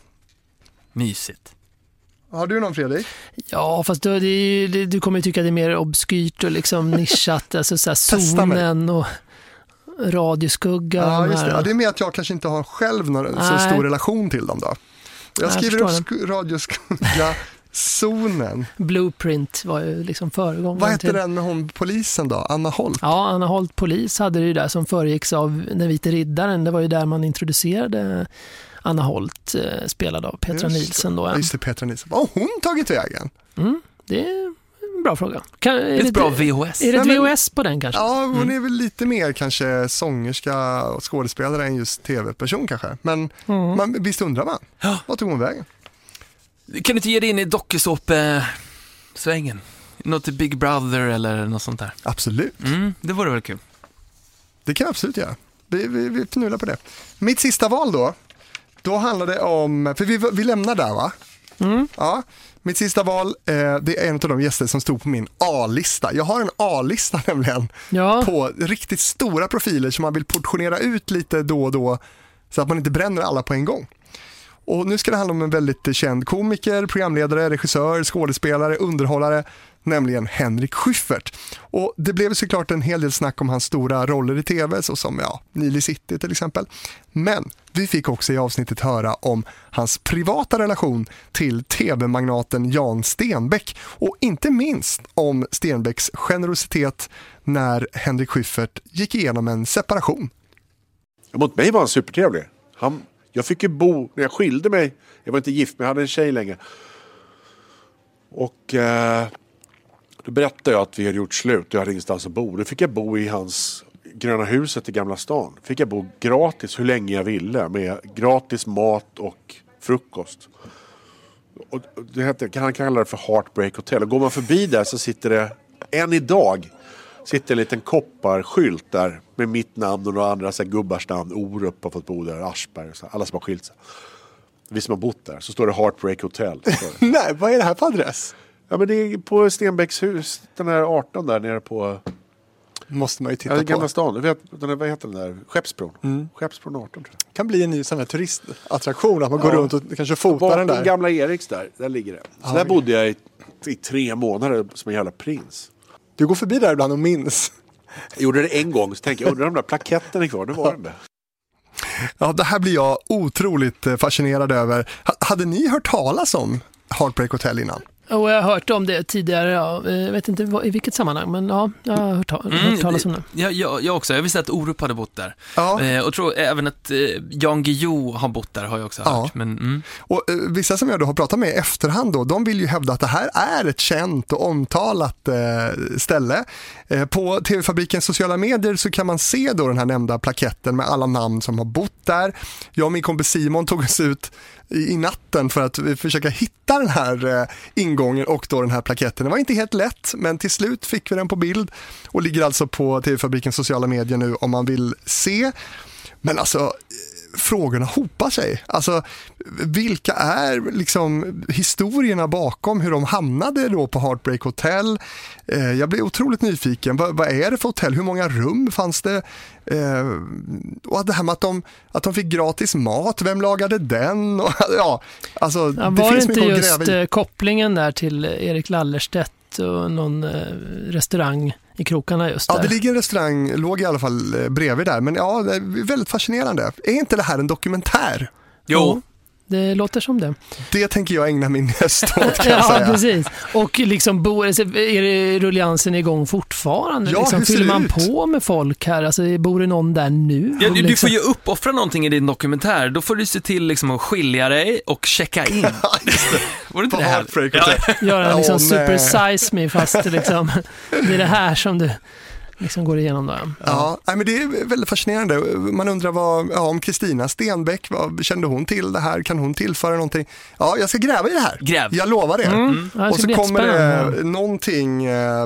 Mysigt. Har du någon, Fredrik? Ja, fast du kommer ju tycka att det är mer obskyrt och liksom nischat. Alltså så här zonen och radioskugga. Ja, just det. Ja, det är mer att jag kanske inte har själv någon så stor relation till dem då. Jag skriver upp radioskugga. Zonen. Blueprint var ju liksom föregångaren. Vad hette den med hon polisen då? Anna Holt? Ja, Anna Holt polis hade det ju där som föregicks av Den vite riddaren. Det var ju där man introducerade Anna Holt, spelad av Petra Nilsson då. Just det, Petra Nilsson. Vad har hon tagit vägen? Det är en bra fråga. Är det bra VHS? Är det ett VHS på den kanske? Ja, hon är väl lite mer kanske sångerska och skådespelare än just tv-person kanske. Men visst undrar man. Vad tog hon vägen? Kan du inte ge dig in i dokusåp-svängen? Något till Big Brother eller något sånt där. Absolut. Det vore väl kul. Det kan jag absolut göra. Vi fnular på det. Mitt sista val då handlar det om, för vi lämnar där va? Ja, mitt sista val, det är en av de gäster som stod på min A-lista. Jag har en A-lista nämligen på riktigt stora profiler som man vill portionera ut lite då och då så att man inte bränner alla på en gång. Och nu ska det handla om en väldigt känd komiker, programledare, regissör, skådespelare, underhållare, nämligen Henrik Schyffert. Och det blev såklart en hel del snack om hans stora roller i tv, så som Nile City till exempel. Men vi fick också i avsnittet höra om hans privata relation till tv-magnaten Jan Stenbeck och inte minst om Stenbecks generositet när Henrik Schyffert gick igenom en separation. Mot mig var han supertrevlig. Jag fick ju bo, när jag skilde mig, jag var inte gift men jag hade en tjej länge. Och då berättade jag att vi hade gjort slut och jag hade ingenstans att bo. Då fick jag bo i hans gröna huset i Gamla stan. Fick jag bo gratis hur länge jag ville med gratis mat och frukost. Och det heter, kan han kalla det för Heartbreak Hotel. Och går man förbi där så sitter det, än idag, sitter en liten kopparskylt där med mitt namn och några andra så här, gubbars namn. Orup har fått bo där, Aschberg och så, alla som har skilt sig. Vi som har bott där, så står det Heartbreak Hotel. Nej, vad är det här för adress? Ja, men det är på Stenbecks hus, den här 18 där nere på... Måste man ju titta på. Gamla stan, du vet, vad heter den där? Skeppsbron. Skeppsbron 18 tror jag. Kan bli en ny sån här turistattraktion att man går runt och kanske fotar den där. Gamla Eriks där ligger det. Så där bodde jag i 3 månader som en jävla prins. Du går förbi där ibland och minns. Jag gjorde det en gång så tänkte jag, undrar de där plaketten är kvar, nu var den det. Ja, det här blir jag otroligt fascinerad över. Hade ni hört talas om Heartbreak Hotel innan? Och jag har hört om det tidigare, jag vet inte i vilket sammanhang, men ja, jag har hört talas om det. Jag också, jag visste att Orup hade bott där. Och tror även att Jan Guillou har bott där, har jag också hört. Men, Och vissa som jag då har pratat med i efterhand då, de vill ju hävda att det här är ett känt och omtalat ställe. På TV-fabrikens sociala medier så kan man se då den här nämnda plaketten med alla namn som har bott där. Jag och min kompis Simon tog oss ut i natten för att försöka hitta den här ingången och då den här plaketten. Det var inte helt lätt, men till slut fick vi den på bild och ligger alltså på TV-fabrikens sociala medier nu om man vill se. Men alltså, frågorna hopar sig. Alltså, vilka är liksom historierna bakom hur de hamnade då på Heartbreak Hotel? Jag blev otroligt nyfiken. Vad är det för hotell? Hur många rum fanns det? Och det här med att de fick gratis mat, vem lagade den? Och, alltså, det var finns det inte mycket att gräva i. just kopplingen där till Erik Lallerstedt och någon restaurang i krokarna just där? Ja, det ligger en restaurang, låg i alla fall bredvid där. Men ja, det är väldigt fascinerande. Är inte det här en dokumentär? Jo. Det låter som det. Det tänker jag ägna min höst åt, kan jag säga. Ja, precis. Och liksom, är rulliansen igång fortfarande? Ja, liksom, hur ser fyller det man ut? på med folk här? Alltså, bor det någon där nu? Ja, du liksom... får ju uppoffra någonting i din dokumentär. Då får du se till liksom att skilja dig och checka in. Var det inte det här? Göra liksom super size me, fast liksom, det är det här som du liksom går igenom då. Ja, men det är väldigt fascinerande. Man undrar om Kristina Stenbeck, vad kände hon till det här? Kan hon tillföra någonting? Ja, jag ska gräva i det här. Gräv. Jag lovar det. Ja, och så kommer det någonting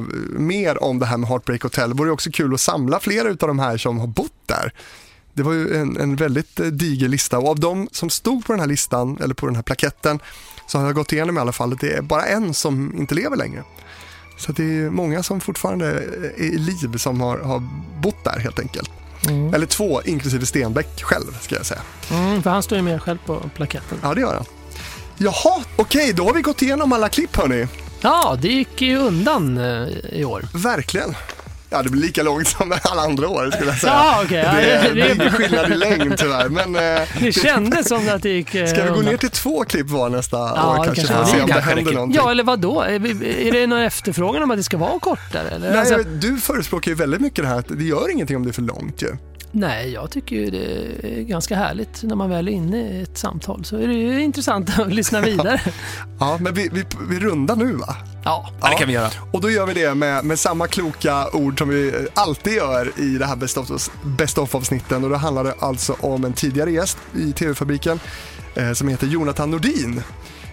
mer om det här med Heartbreak Hotel. Det vore också kul att samla flera av de här som har bott där. Det var ju en väldigt diger lista. Och av de som stod på den här listan, eller på den här plaketten, så har jag gått igenom i alla fall att det är bara en som inte lever längre. Så det är många som fortfarande är i liv som har bott där helt enkelt. Eller 2, inklusive Stenbeck själv, ska jag säga. För han står ju med själv på plaketten. Ja, det gör han. Jaha, okej, då har vi gått igenom alla klipp, hörni. Ja, det gick ju undan i år. Verkligen. Ja, det blir lika långt som alla andra år, skulle jag säga. Ja, okej. Det är ingen skillnad i längd, tyvärr. Men, det kändes som att det gick ska vi gå ner till 2 klipp var nästa år kanske för att se om det händer någonting? Ja, eller vad då? Är det någon efterfrågan om att det ska vara kortare? Eller? Nej, alltså... du förespråkar ju väldigt mycket det här att det gör ingenting om det är för långt ju. Nej, jag tycker ju det är ganska härligt när man väl är inne i ett samtal. Så är det ju intressant att lyssna vidare. Ja, men vi rundar nu, va? Ja, det kan vi göra. Och då gör vi det med samma kloka ord som vi alltid gör i det här Best of-avsnitten. Och då handlar det alltså om en tidigare gäst i TV-fabriken som heter Jonathan Nordin,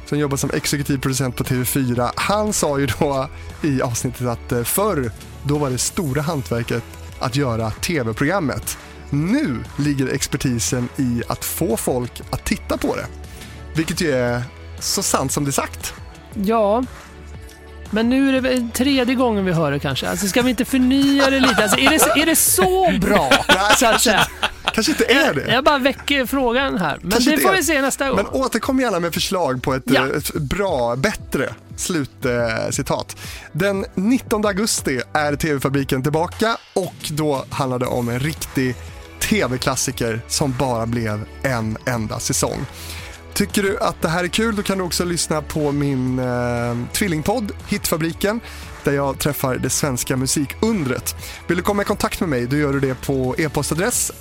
som jobbar som exekutiv producent på TV4. Han sa ju då i avsnittet att förr, då var det stora hantverket att göra tv-programmet. Nu ligger expertisen i att få folk att titta på det. Vilket ju är så sant som det sagt. Ja, men nu är det tredje gången vi hör det kanske. Alltså ska vi inte förnya det lite? Alltså, är det så bra? Nej, så att säga. Kanske inte är det. Jag bara väcker frågan här. Men kanske det får vi se nästa gång. Men återkom gärna med förslag på ett bra, bättre slutcitat. Den 19 augusti är TV-fabriken tillbaka och då handlar det om en riktig tv-klassiker som bara blev en enda säsong. Tycker du att det här är kul, då kan du också lyssna på min tvillingpodd Hitfabriken, där jag träffar det svenska musikundret. Vill du komma i kontakt med mig, då gör du det på e-postadress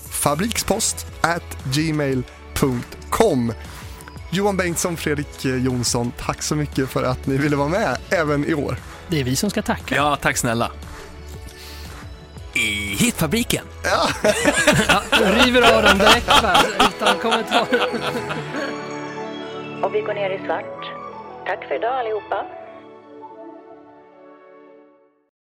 fabrikspost@gmail.com. Johan Bengtsson, Fredrik Jonsson, tack så mycket för att ni ville vara med även i år. Det är vi som ska tacka. Ja, tack snälla. I Hitfabriken. Ja. River av dem direkt utan kommentarer. Och vi går ner i svart. Tack för idag allihopa.